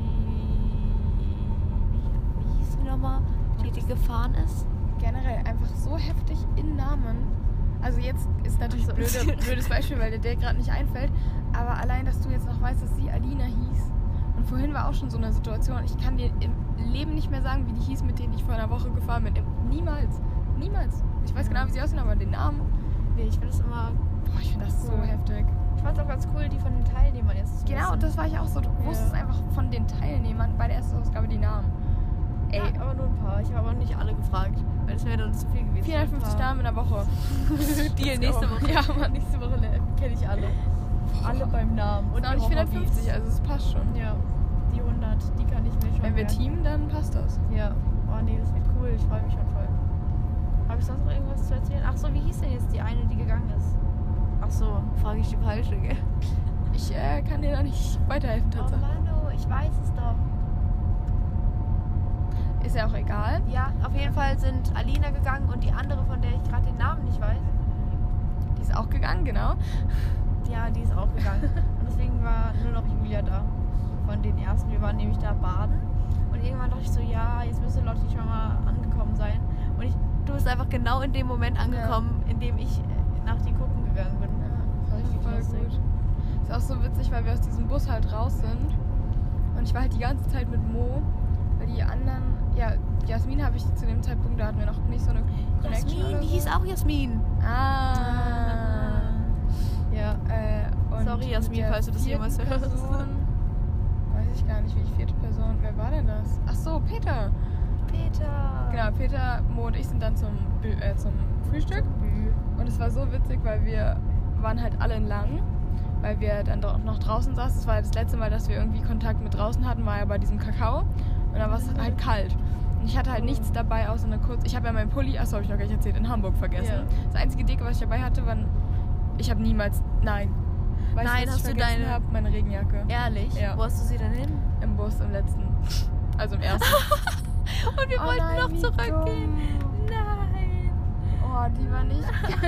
wie, wie hieß die nochmal, die die gefahren ist? Generell einfach so heftig in Namen. Also jetzt ist natürlich ein Also, blöde, blödes Beispiel, weil dir der gerade nicht einfällt. Aber allein, dass du jetzt noch weißt, dass sie Alina hieß. Und vorhin war auch schon so eine Situation. Ich kann dir im Leben nicht mehr sagen, wie die hieß, mit denen ich vor einer Woche gefahren bin. Niemals. Niemals. Ich weiß genau, wie sie aussehen, aber den Namen. Nee, ich finde das immer... Boah, ich finde das so Cool. heftig. Ich fand es auch ganz cool, die von den Teilnehmern jetzt zu Genau, wissen. das war ich auch so. Du Ja. wusstest einfach von den Teilnehmern bei der ersten Ausgabe die Namen. Ey, Ja, aber nur ein paar. Ich habe auch nicht alle gefragt, weil das wäre dann zu viel gewesen. vierhundertfünfzig Namen in der Woche. Die nächste Woche. Ja, Mann. Nächste Woche kenne ich alle. Alle beim Namen. Und auch ihre nicht vierhundertfünfzig, Hobbys. also es passt schon. Ja, die hundert, die kann ich mir schon Wenn wir merken. teamen, dann passt das. Ja. Oh nee, das wird cool. Ich freue mich schon voll. Habe ich sonst noch irgendwas zu erzählen? Ach so, wie hieß denn jetzt die eine, die gegangen ist? Ach so, frage ich die falsche, gell? Ich äh, kann dir da nicht weiterhelfen, Oh Tatsache. Mano, ich weiß es doch. Ist ja auch egal. Ja, auf jeden Fall sind Alina gegangen und die andere, von der ich gerade den Namen nicht weiß, Die ist auch gegangen, genau. ja, die ist auch gegangen. Und deswegen war nur noch Julia da. Von den ersten. Wir waren nämlich da baden. Und irgendwann dachte ich so, ja, jetzt müsste Lotti schon mal angekommen sein. Und ich, du bist einfach genau in dem Moment angekommen, in dem ich äh, nach dir gucken gegangen bin. Ja, Richtig voll lustig. gut. Ist auch so witzig, weil wir aus diesem Bus halt raus sind. Und ich war halt die ganze Zeit mit Mo. Weil die anderen, ja, Jasmin habe ich zu dem Zeitpunkt, da hatten wir noch nicht so eine Connection. Jasmin, oder die so. hieß auch Jasmin. Ah. Ja. Äh, und Sorry, Jasmin, mit der falls du das jemals vierten hörst. Person, weiß ich gar nicht, wie die vierte Person. Wer war denn das? Ach so, Peter. Peter. Genau, Peter, Mo und ich sind dann zum, Bü- äh, zum Frühstück. Und es war so witzig, weil wir waren halt alle in Lang, weil wir dann doch noch draußen saßen. Das war das letzte Mal, dass wir irgendwie Kontakt mit draußen hatten, war ja bei diesem Kakao. Und da war es halt kalt. Und ich hatte halt nichts dabei, außer eine kurz. Ich habe ja meinen Pulli, achso, habe ich noch gar nicht erzählt, in Hamburg vergessen. Ja. Das einzige Dicke, was ich dabei hatte, waren. Ich habe niemals. Nein. Weißt Nein, was hast ich du vergessen deine- hab? Meine Regenjacke. Ehrlich? Ja. Wo hast du sie denn hin? Im Bus, im letzten. Also im ersten. Und wir Oh wollten nein, noch wie zurückgehen. dumm. Nein. Oh, die war nicht.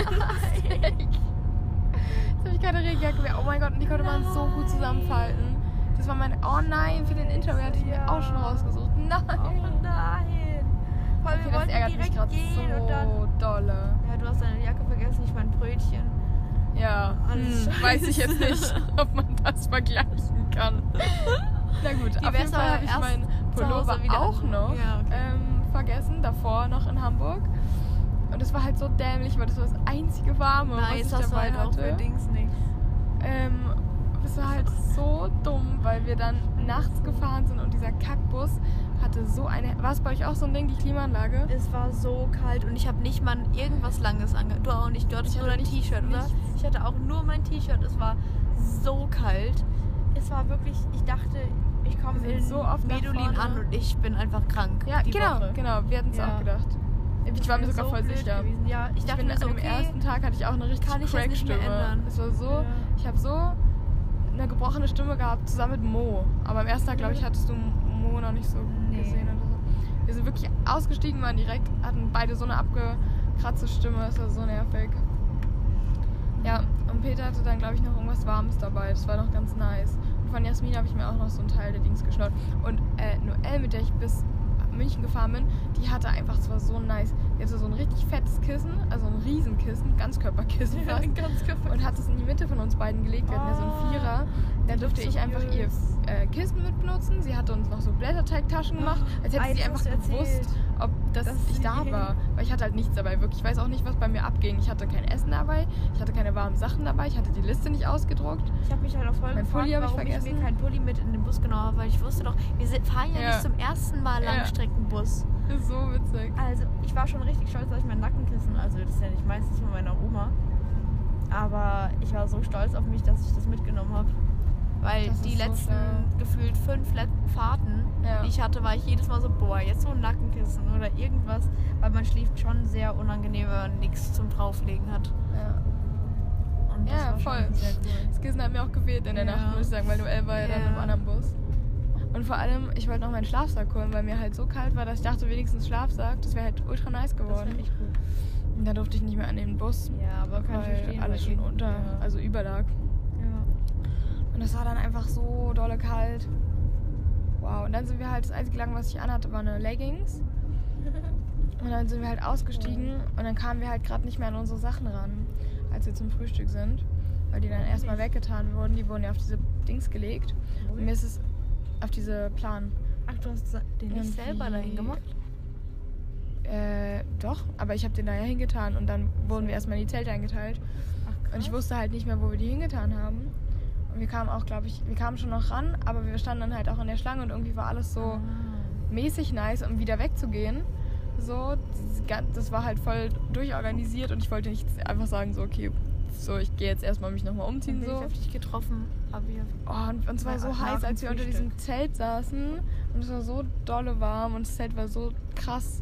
Jetzt habe ich keine Regenjacke mehr. Oh mein Gott, und die konnte man so gut zusammenfalten. Das war mein. Oh nein, für den Interview hatte ich mir Ja. auch schon rausgesucht. Nein. Oh nein. Vor allem, Okay, wir das wollten ärgert mich direkt gerade gehen so und dann... dolle. Ja, du hast deine Jacke vergessen, ich mein Brötchen. Ja, Alles hm, weiß ich jetzt scheiße. nicht, ob man das vergleichen kann. Na gut, Die auf jeden Wäsche Fall habe ich erst meinen zu Hause Pullover wieder auch an- noch Ja, okay. ähm, vergessen, davor noch in Hamburg. Und es war halt so dämlich, weil das war das einzige Warme, was Nice, ich hast du dabei halt auch hatte. für Dings nichts. Ähm, es war halt so dumm, weil wir dann nachts gefahren sind und dieser Kackbus hatte so eine... War es bei euch auch so ein Ding, die Klimaanlage? Es war so kalt und ich habe nicht mal irgendwas Langes ange... Du auch nicht, du hattest Ich nur hatte dein nichts, T-Shirt, oder? nichts. Ich hatte auch nur mein T-Shirt. Es war so kalt. Es war wirklich... Ich dachte, ich komme Wir in sind so oft nach Medulin vorne. an und ich bin einfach krank. Ja, die genau, Woche. genau. Wir hatten es Ja. auch gedacht. Ich war mir bin sogar so voll blöd sicher. gewesen. Ja, ich Ich dachte bin mir so, an dem okay, ersten Tag hatte ich auch eine richtig kann ich jetzt nicht mehr Crack-Stimme. ändern. Es war so, Ja. ich habe so eine gebrochene Stimme gehabt, zusammen mit Mo. Aber am ersten Tag, glaube ich, hattest du Mo noch nicht so Nee. gesehen oder so. Wir sind wirklich ausgestiegen, waren direkt, hatten beide so eine abgekratzte Stimme. Es war so nervig. Ja, und Peter hatte dann, glaube ich, noch irgendwas Warmes dabei. Das war noch ganz nice. Und von Jasmin habe ich mir auch noch so einen Teil der Dings geschnurrt. Und äh, Noelle, mit der ich bis München gefahren bin, die hatte einfach, es war so nice. Die hatte so ein richtig fettes Kissen, also ein Riesenkissen, Ganzkörperkissen Ja, fast. ganz kaputt. Und hat es in die Mitte von uns beiden gelegt. Wir hatten ja so einen Vierer. Dann durfte so ich einfach ihr süß. äh, Kissen mit benutzen. Sie hatte uns noch so Blätterteigtaschen gemacht, als hätte Ei, sie das einfach hast du gewusst, erzählt. ob das Das ich da sie- war. Weil ich hatte halt nichts dabei, wirklich. Ich weiß auch nicht, was bei mir abging. Ich hatte kein Essen dabei, ich hatte keine warmen Sachen dabei, ich hatte die Liste nicht ausgedruckt. Ich habe mich halt auch voll Mein gefragt, Pulli hab ich warum ich, vergessen. mir keinen Pulli mit in den Bus genommen habe, weil ich wusste doch, wir sind, fahren ja, Ja. nicht zum ersten Mal Ja. Langstreckenbus. Das ist so witzig. Also ich war schon richtig stolz, dass ich mein Nackenkissen, also das ist ja nicht meistens von meiner Oma, aber ich war so stolz auf mich, dass ich das mitgenommen habe. Weil Das die ist so letzten geil. gefühlt fünf Let- Fahrten, Ja. die ich hatte, war ich jedes Mal so, boah, jetzt so ein Nackenkissen oder irgendwas, weil man schläft schon sehr unangenehm, wenn man nichts zum Drauflegen hat. Ja. Und das Ja, war voll. schon sehr cool. Das Kissen hat mir auch gefehlt in der Ja. Nacht, muss ich sagen, weil Noelle war ja dann Ja. im anderen Bus. Und vor allem, ich wollte noch meinen Schlafsack holen, weil mir halt so kalt war, dass ich dachte, wenigstens Schlafsack, das wäre halt ultra nice Das geworden. war echt gut. Und dann durfte ich nicht mehr an den Bus, Ja, aber kann ich weil verstehen. alles weil schon irgendwie- unter, Ja. also überlag. Ja. Und das war dann einfach so dolle kalt. Wow, und dann sind wir halt, das einzige Lang, was ich anhatte, war eine Leggings. Und dann sind wir halt ausgestiegen und dann kamen wir halt gerade nicht mehr an unsere Sachen ran, als wir zum Frühstück sind. Weil die dann erstmal weggetan wurden. Die wurden ja auf diese Dings gelegt. Und mir ist es auf diese Plan. Ach, du hast den nicht Irgendwie- selber dahin gemacht? Äh, doch, aber ich habe den da ja hingetan und dann wurden wir erstmal in die Zelte eingeteilt. Ach, Und ich wusste halt nicht mehr, wo wir die hingetan haben. Und wir kamen auch, glaube ich, wir kamen schon noch ran, aber wir standen dann halt auch in der Schlange und irgendwie war alles so Ah. mäßig nice, um wieder wegzugehen. So, dieses gan- das war halt voll durchorganisiert und ich wollte nicht einfach sagen, so, okay, so, ich gehe jetzt erstmal mich nochmal Dann umziehen. bin So. ich auf dich getroffen, aber wir Oh, und und es war Ja, so nach heiß, dem als wir unter Frühstück. diesem Zelt saßen. Und es war so dolle warm und das Zelt war so krass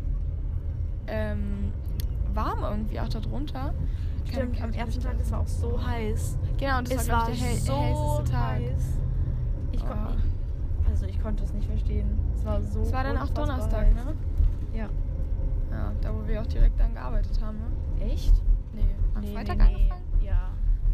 ähm, warm irgendwie auch da drunter. Keine Stimmt, am Kälte ersten Tag gestanden. ist es auch so heiß. Genau, und das Es war, war glaube ich, der hell so hellste Tag. heiß. Ich Oh. konnte nicht, also ich konnte es nicht verstehen. Es war so Es war dann auch unfassbar Donnerstag, heiß. ne? Ja. Ja, da wo wir auch direkt dann gearbeitet haben, ne? Echt? Nee, am Nee, Freitag nee, nee. angefangen? Ja.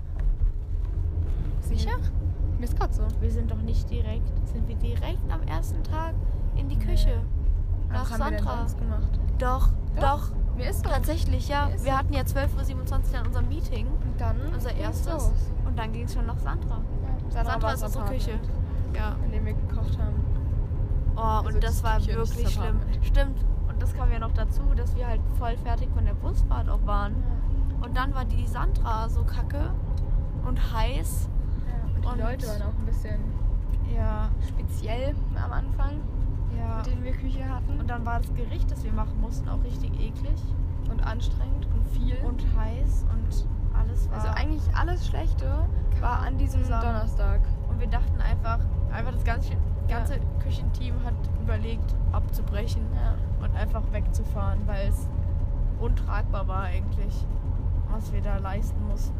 Sicher? Mir ist gerade so. Wir sind doch nicht direkt, sind wir direkt am ersten Tag in die Küche. Nach Was haben wir denn Sandra. sonst gemacht? Doch, Doch. doch. Mir ist so. Tatsächlich, ja. Mir ist Wir so. hatten ja zwölf Uhr siebenundzwanzig an unserem Meeting. Und dann Unser ging's erstes. los. Und dann ging es schon nach Sandra. Ja, Sandra war ist das unsere Küche. Apartment, Ja. in dem wir gekocht haben. Oh, Also und das das war Küche, nicht wirklich das schlimm. Apartment. Stimmt. Und das kam ja noch dazu, dass wir halt voll fertig von der Busfahrt auch waren. Und dann war die Sandra so kacke und heiß. Ja, und die Und- Leute waren auch ein bisschen Ja, speziell am Anfang, ja. mit denen wir Küche hatten. Und dann war das Gericht, das wir machen mussten, auch richtig eklig Und anstrengend und viel. und heiß und alles war. also eigentlich alles Schlechte war an diesem zusammen. Donnerstag. Und wir dachten einfach, einfach das ganze, ganze Ja. Küchenteam hat überlegt, abzubrechen Ja. und einfach wegzufahren, weil es untragbar war eigentlich, was wir da leisten mussten.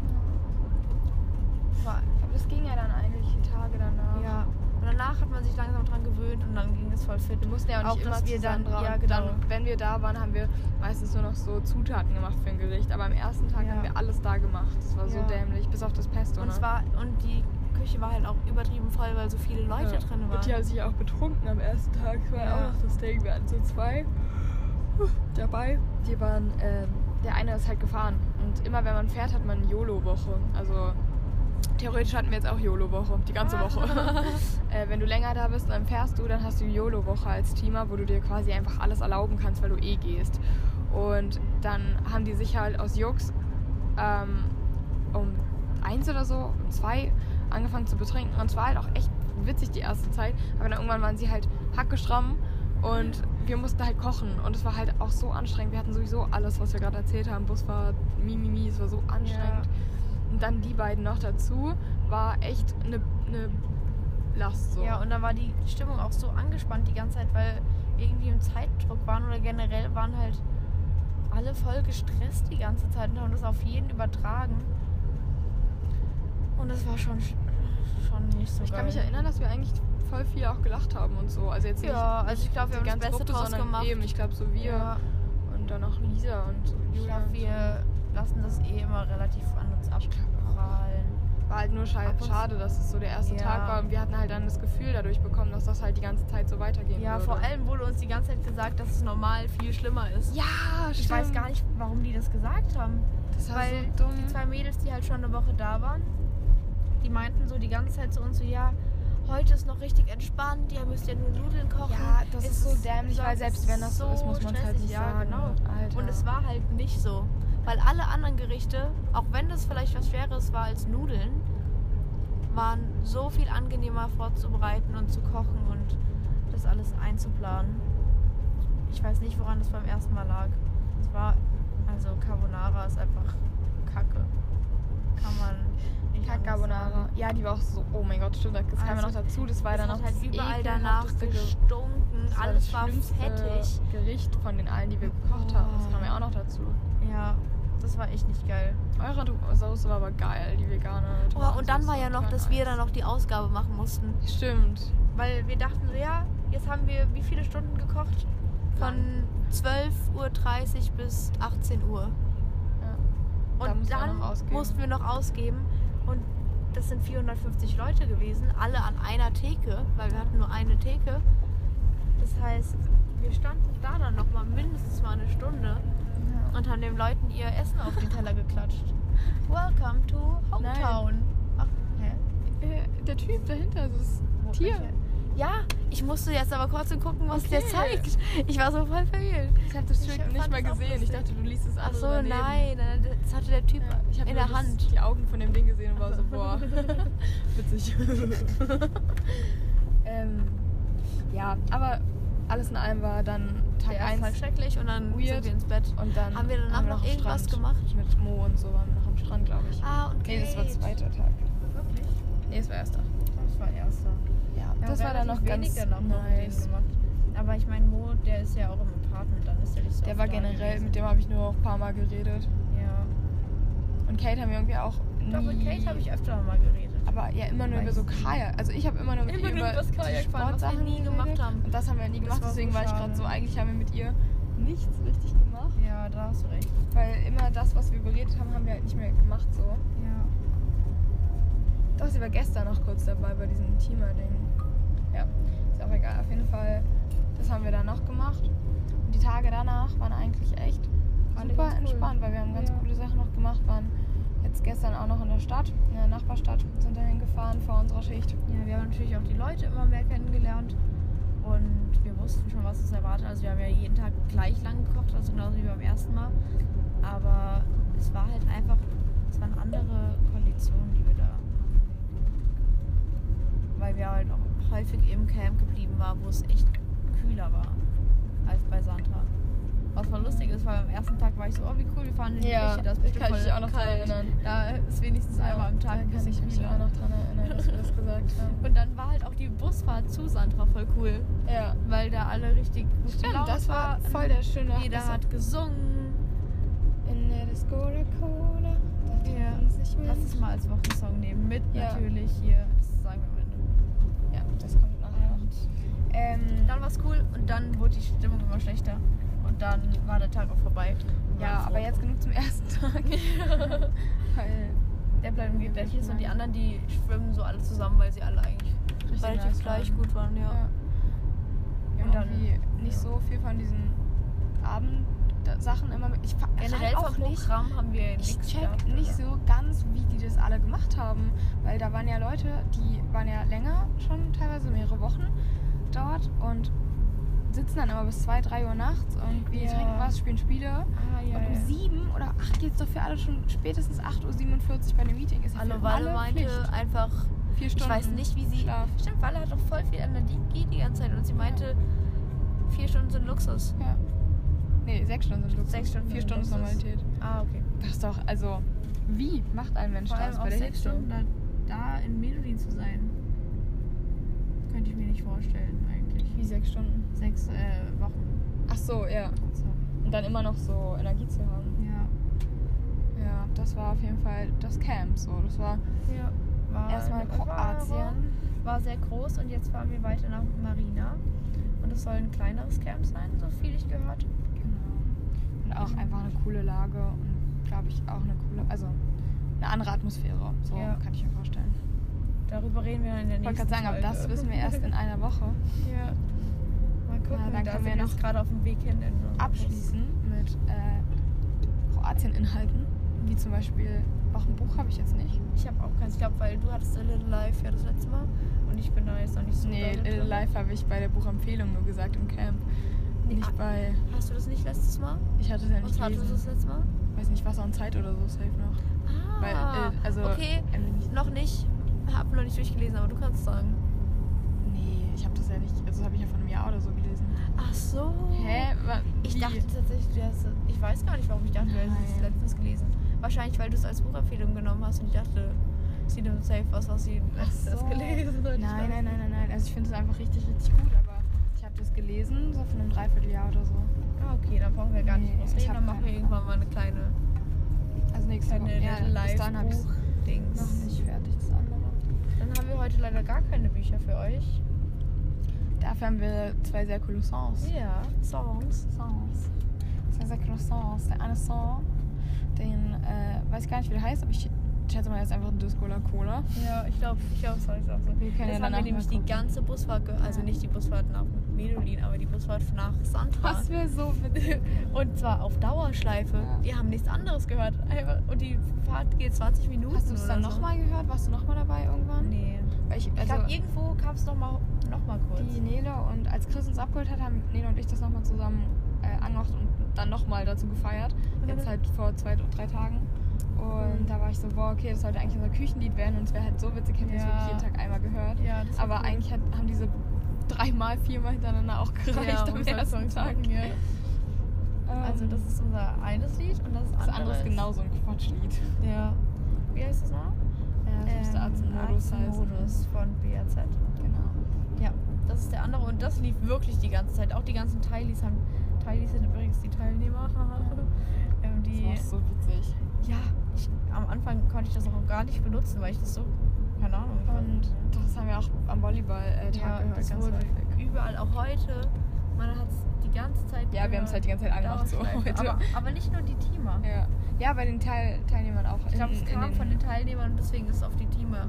War, Aber das ging ja dann eigentlich die Tage danach. ja. Und danach hat man sich langsam dran gewöhnt und dann ging es voll fit. Wir mussten ja auch nicht immer dass wir zu dann, Sandra. ja und genau. dann, wenn wir da waren, haben wir meistens nur noch so Zutaten gemacht für ein Gericht. Aber am ersten Tag Ja. haben wir alles da gemacht. Das war so Ja. dämlich, bis auf das Pesto. Und ne? es war und die Küche war halt auch übertrieben voll, weil so viele Leute Ja. drin waren. Und die haben sich auch betrunken am ersten Tag. Das war Ja. auch noch das Ding. Wir hatten so zwei dabei. Die waren, ähm, der eine ist halt gefahren. Und immer wenn man fährt, hat man YOLO-Woche. Also theoretisch hatten wir jetzt auch YOLO-Woche, die ganze Woche. äh, wenn du länger da bist und dann fährst du, dann hast du YOLO-Woche als Teamer, wo du dir quasi einfach alles erlauben kannst, weil du eh gehst. Und dann haben die sich halt aus Jux ähm, um eins oder so, um zwei angefangen zu betrinken. Und es war halt auch echt witzig die erste Zeit. Aber dann irgendwann waren sie halt hackestramm und wir mussten halt kochen. Und es war halt auch so anstrengend. Wir hatten sowieso alles, was wir gerade erzählt haben. Busfahrt, Mimimi, es war so anstrengend. Ja. Und dann die beiden noch dazu, war echt eine, eine Last so. Ja, und dann war die Stimmung auch so angespannt die ganze Zeit, weil wir irgendwie im Zeitdruck waren oder generell waren halt alle voll gestresst die ganze Zeit und haben das auf jeden übertragen. Und das war schon, schon nicht so Ich geil. kann mich erinnern, dass wir eigentlich voll viel auch gelacht haben und so. Also jetzt nicht, Ja, also ich glaube, wir die haben das ganze Beste Gruppe, draus sondern gemacht. eben, ich glaube so wir Ja. und dann auch Lisa und so. Ich Julia glaube, und wir lassen das eh immer relativ an uns abprallen. so. War halt nur schei- Ab und zu- schade, dass es so der erste Ja. Tag war und wir hatten halt dann das Gefühl dadurch bekommen, dass das halt die ganze Zeit so weitergehen Ja, würde. vor allem wurde uns die ganze Zeit gesagt, dass es normal viel schlimmer ist. Ja, stimmt. Ich weiß gar nicht, warum die das gesagt haben. Das war Weil so dumm. die zwei Mädels, die halt schon eine Woche da waren, die meinten so die ganze Zeit zu uns so, ja, heute ist noch richtig entspannt, ihr müsst ja nur Nudeln kochen. Ja, das Es ist so dämlich, weil es selbst wenn das so ist, muss man es halt stressig. nicht ja, sagen. Genau. Alter. Und es war halt nicht so. Weil alle anderen Gerichte, auch wenn das vielleicht was Schweres war als Nudeln, waren so viel angenehmer vorzubereiten und zu kochen und das alles einzuplanen. Ich weiß nicht, woran das beim ersten Mal lag. Es war, also Carbonara ist einfach Kacke. Kann man nicht Kack anders Carbonara. sagen. Ja, die war auch so, oh mein Gott, stimmt, das kam ja Also, noch dazu. Das war Es dann hat auch halt das überall danach ekelhafteste Ge- gestunken, das war alles das war schlimmste fettig. Gericht von den allen, die wir gekocht haben. Das kam ja auch noch dazu. Ja, das war echt nicht geil. Eure Soße war aber geil, die vegane Oh, und dann war ja noch, Tomatensoße, dass wir nice. dann noch die Ausgabe machen mussten. Stimmt. Weil wir dachten so, ja, jetzt haben wir wie viele Stunden gekocht? Von zwölf Uhr dreißig bis achtzehn Uhr. Ja. Da Und musst du auch dann noch ausgeben. mussten wir noch ausgeben. Und das sind vierhundertfünfzig Leute gewesen, alle an einer Theke, weil wir hatten nur eine Theke. Das heißt, wir standen da dann noch mal mindestens mal eine Stunde Ja. und haben den Leuten ihr Essen auf den Teller geklatscht. Welcome to Hometown. Ach, hä? Äh, der Typ dahinter, das Wo- Tier. welche? Ja, ich musste jetzt aber kurz gucken, was Okay. der zeigt. Ich war so voll verwirrt. Ich habe das Ich Schild fand nicht mal das auch gesehen. Ich lustig. dachte, du liest es Ach alles so, daneben. nein, nein, das hatte der Typ Ja, ich habe in nur der das, Hand. die Augen von dem Ding gesehen und war so, boah, witzig. ähm, ja, aber alles in allem war dann Tag Der erste Tag eins schrecklich und dann weird. sind wir ins Bett. und dann Haben wir danach noch am irgendwas Strand gemacht? Mit Mo und so waren wir noch am Strand, glaube ich. Ah, und Nee, das war Kate. zweiter Tag. Wirklich? Nee, es war erster. Das war erster. Ja, Ja, das war dann noch relativ ganz wenig danach noch mit denen nice. gemacht. Aber ich meine, Mo, der ist ja auch im Apartment, dann ist der nicht so Der oft war da generell, gewesen. mit dem habe ich nur ein paar Mal geredet. Ja. Und Kate haben wir irgendwie auch Ich glaube, mit nie... Kate habe ich öfter mal geredet. Aber ja, immer nur über so Kajak. Also ich habe immer nur mit Immer ihr nur über übers die Kajak fahren, was wir Sportsachen nie gemacht geredet. haben. Und das haben wir nie Das gemacht, war so deswegen war ich schade. gerade so, eigentlich haben wir mit ihr nichts richtig gemacht. Ja, da hast du recht. Weil immer das, was wir beredet haben, haben wir halt nicht mehr gemacht so. Ja. Doch, sie war gestern noch kurz dabei bei diesem Teamer-Ding. Ja, ist auch egal. Auf jeden Fall, das haben wir dann noch gemacht. Und die Tage danach waren eigentlich echt Alle super ganz cool. entspannt, weil wir haben ganz Ja. coole Sachen noch gemacht, waren jetzt gestern auch noch in der Stadt, in der Nachbarstadt, sind dahin gefahren vor unserer Schicht. Ja, wir haben natürlich auch die Leute immer mehr kennengelernt und wir wussten schon, was uns erwartet. Also wir haben ja jeden Tag gleich lang gekocht, also genauso wie beim ersten Mal. Aber es war halt einfach, es waren andere Konditionen, die wir da haben. Weil wir halt auch häufig im Camp geblieben waren, wo es echt kühler war als bei Sandra. Was voll lustig ist, weil am ersten Tag war ich so, oh wie cool, wir fahren in die Ja, Küche, das ist das bestimmt kann ich voll mich auch noch dran kalt. erinnern. Da ist wenigstens einmal am Tag da ein kann bisschen ich mich kühler. auch noch dran erinnern, dass wir das gesagt haben. Und dann war halt auch die Busfahrt zu Sandra voll cool, Ja. weil da alle richtig gut Stimmt, gelaunt das war waren. voll der schöne... Jeder das- hat gesungen. In der Disco oder Cola. Ja. Lass es mal als Wochensong nehmen. Mit Ja. natürlich hier, das sagen wir am Ende. Ja, das kommt nachher noch. Ähm, Dann war es cool und dann wurde die Stimmung immer schlechter. Und dann war der Tag auch vorbei. Wir ja, waren aber froh. jetzt genug zum ersten Tag. Weil Der bleibt im Gleich ist und die anderen, die schwimmen so alle zusammen, weil sie alle eigentlich Richtig relativ nice gleich waren. gut waren. Ja. Ja. Wir Und haben dann- irgendwie nicht so viel von diesen Abendsachen immer mit. Ich fa- Generell auch vom nicht. Programm haben wir Ich nichts check gehabt, nicht also. so ganz, wie die das alle gemacht haben. Weil da waren ja Leute, die waren ja länger schon, teilweise mehrere Wochen dort und sitzen dann immer bis zwei, drei Uhr nachts und wir Ja. trinken was, spielen Spiele. Ah, ja, Und um ja. sieben oder acht geht es doch für alle schon spätestens acht Uhr siebenundvierzig bei dem Meeting. Ist ja Hallo, für Walle alle meinte Pflicht. einfach, Vier ich Stunden weiß nicht, wie sie. Schlaf. Stimmt, Walle hat doch voll viel Energie die ganze Zeit und sie meinte, vier Stunden sind Luxus. Ja. Nee, sechs Stunden sind Luxus. Sechs Stunden Vier sind Stunden ist Luxus. Normalität. Ah, okay. Das ist doch, also, wie macht ein Mensch Vor allem das auch bei der sechs Hitze? Stunden da, da in Medellin zu sein. könnte ich mir nicht vorstellen eigentlich. Wie sechs Stunden? Sechs äh, Wochen. Ach so, ja. Sorry. Und dann immer noch so Energie zu haben. Ja. Ja, das war auf jeden Fall das Camp so. Das war Ja. War, erstmal Kroatien. War, war sehr groß und jetzt fahren wir weiter nach Marina. Und es soll ein kleineres Camp sein, so viel ich gehört. Genau. Und auch einfach eine coole Lage und glaube ich auch eine coole, also eine andere Atmosphäre. So Ja. kann ich mir vorstellen. Darüber reden wir dann in der Ich wollte nächsten gerade sagen, aber Folge. das wissen wir erst in einer Woche. Ja. Mal gucken, Ja, dann da können wir sind wir noch jetzt gerade auf dem Weg hin. In unseren Abschließen mit äh, Kroatien-Inhalten, wie zum Beispiel, auch ein Buch habe ich jetzt nicht. Bus. Ich habe auch keins. Ich glaube, weil du hattest A Little Life ja das letzte Mal und ich bin da jetzt noch nicht so Nee, dolle Little drin. Life habe ich bei der Buchempfehlung nur gesagt im Camp. Nee, Nicht ah, bei, Hast du das nicht letztes Mal? ich hatte es ja nicht Was hattest du das gelesen. letzte Mal? Weiß nicht, Wasser und Zeit oder so, safe noch. Ah, Weil, äh, also, okay. Emily nicht. Noch nicht. Hab noch nicht durchgelesen, aber du kannst sagen. Nee, ich habe das ja nicht, also das habe ich ja vor einem Jahr oder so gelesen. Ach so. Hä? Wa- Ich wie? dachte tatsächlich, du hast es, ich weiß gar nicht, warum ich dachte, du hast es Nein. letztens gelesen. Wahrscheinlich, weil du es als Buchempfehlung genommen hast und ich dachte, sie nimmt safe was, was sie letztens so. gelesen hat. Nein, nein, nein, nein, nein. Also ich finde es einfach richtig, richtig gut, aber ich habe das gelesen, so von einem Dreivierteljahr oder so. Ah, okay, dann brauchen wir gar nicht Nee, groß ich reden, hab dann machen wir keine irgendwann mal eine kleine, Also nächste kleine Woche. Ja, bis dahin habe ich es Live-Buch-Dings. noch nicht fertig, das andere. Dann haben wir heute leider gar keine Bücher für euch. Dafür haben wir zwei sehr coole Songs. Ja, Songs. Songs. Zwei sehr coole Songs. Der eine Song, den, äh, weiß ich gar nicht, wie der heißt, aber ich schätze mal, der ist einfach Disco La Cola. Ja, ich glaube, ich glaube, das heißt auch so. Wir können Das ja haben danach wir nämlich mal die gucken. ganze Busfahrt, ge- also nicht die Busfahrt nach Medellin, aber die Busfahrt nach Santa. Das wäre so witzig. Und zwar auf Dauerschleife. Ja. Die haben nichts anderes gehört. Einfach- Und die Fahrt geht zwanzig Minuten. Hast du es dann oder so. nochmal gehört? Warst du nochmal dabei irgendwann? Nee. Weil ich, Ich also glaube, irgendwo kam es nochmal noch mal kurz. die Nele und als Chris uns abgeholt hat, haben Nele und ich das nochmal zusammen äh, angemacht und dann nochmal dazu gefeiert. Jetzt halt vor zwei, drei Tagen. Und Mhm. da war ich so, boah, okay, das sollte eigentlich unser Küchenlied werden und es wäre halt so witzig, hätten wir es Ja. wirklich jeden Tag einmal gehört. Ja, das war Aber cool. eigentlich hat, haben diese dreimal, viermal hintereinander auch gereicht um am so ersten Songs Tag. machen, ja. Ähm, Also das ist unser eines Lied und das, das andere andere ist genauso ein Quatschlied. Ja. Wie heißt das noch? Ja, das müsste Arzt-Modus heißen. Modus von B A Z. Genau. Ja, das ist der andere und das lief wirklich die ganze Zeit. Auch die ganzen Teilis haben. Teilis sind übrigens die Teilnehmer. ähm, die, Das war so witzig. ja, ich, am Anfang konnte ich das auch gar nicht benutzen, weil ich das so, keine Ahnung. Und das haben wir auch am Volleyball-Tag ja, gehört, das ganz wurde häufig. überall, auch heute. Man hat es die ganze Zeit. Ja, wir haben es halt die ganze Zeit angemacht, so Dauerschleife. heute. Aber, aber nicht nur die Teamer. Ja, ja bei den Teil Teilnehmern auch. Ich glaube, In- es in kam den- von den Teilnehmern und deswegen ist es auf die Teamer.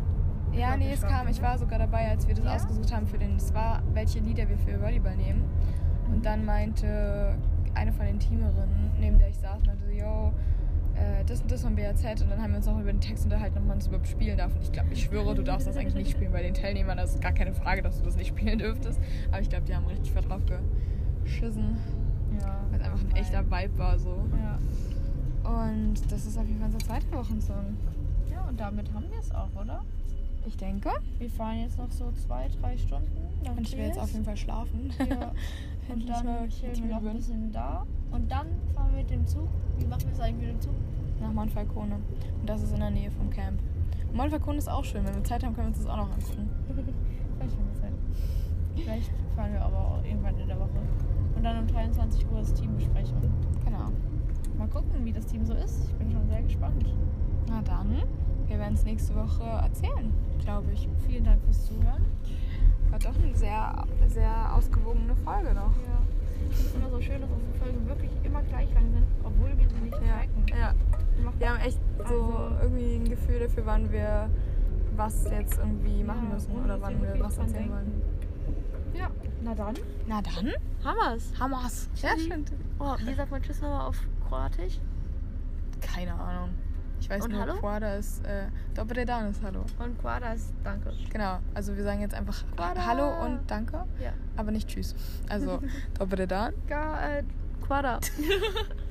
Ja, glaub, nee, ich es war kam. Ich drin. war sogar dabei, als wir das Ja? ausgesucht haben für den. Es war, welche Lieder wir für Volleyball nehmen. Und dann meinte eine von den Teamerinnen, neben der ich saß, meinte so, yo, äh, das und das von B A Z. Und dann haben wir uns noch über den Text unterhalten, ob man es überhaupt spielen darf. Und ich glaube, ich schwöre, du darfst das eigentlich nicht spielen bei den Teilnehmern. Das ist gar keine Frage, dass du das nicht spielen dürftest. Aber ich glaube, die haben richtig fett drauf geschissen. Ja. Weil es einfach ein echter Vibe war so. Ja. Und das ist auf jeden Fall unser zweiter Wochensong. Ja, und damit haben wir es auch, oder? Ich denke. Wir fahren jetzt noch so zwei, drei Stunden. Nach Und ich will jetzt auf jeden Fall schlafen. Ja. Und Endlich mal dann chillen wir noch ein Zwiebeln. bisschen da. Und dann fahren wir mit dem Zug. Wie machen wir es eigentlich mit dem Zug? Nach Monfalcone. Und das ist in der Nähe vom Camp. Und Monfalcone ist auch schön. Wenn wir Zeit haben, können wir uns das auch noch angucken. Vielleicht haben wir Zeit. Vielleicht fahren wir aber auch irgendwann in der Woche. Und dann um dreiundzwanzig Uhr ist Teambesprechung. Genau. Mal gucken, wie das Team so ist. Ich bin schon sehr gespannt. Na dann, wir werden es nächste Woche erzählen, glaube ich. Vielen Dank fürs Zuhören. War doch eine sehr, sehr ausgewogene Folge noch. Ja. Ich finde es immer so schön, dass unsere Folgen wirklich immer gleich lang sind, obwohl wir sie nicht merken. ja. Macht Wir haben echt so Also- irgendwie ein Gefühl dafür, wann wir was jetzt irgendwie machen Ja, müssen ohne oder dass wann wir wirklich was dran erzählen wollen. denken. Ja, na dann. Na dann, Hammer's. Hamas. Sehr Tschüssi. schön. Oh, wie sagt man Tschüss nochmal auf Kroatisch? Keine Ahnung. Ich weiß Und nur, Hallo? Quada ist, äh, Dobre dan ist Hallo. Und Quada ist Danke. Genau, also wir sagen jetzt einfach Quada. Hallo und Danke, Ja. aber nicht Tschüss. Also Dobre dan. Ga, äh, Quada.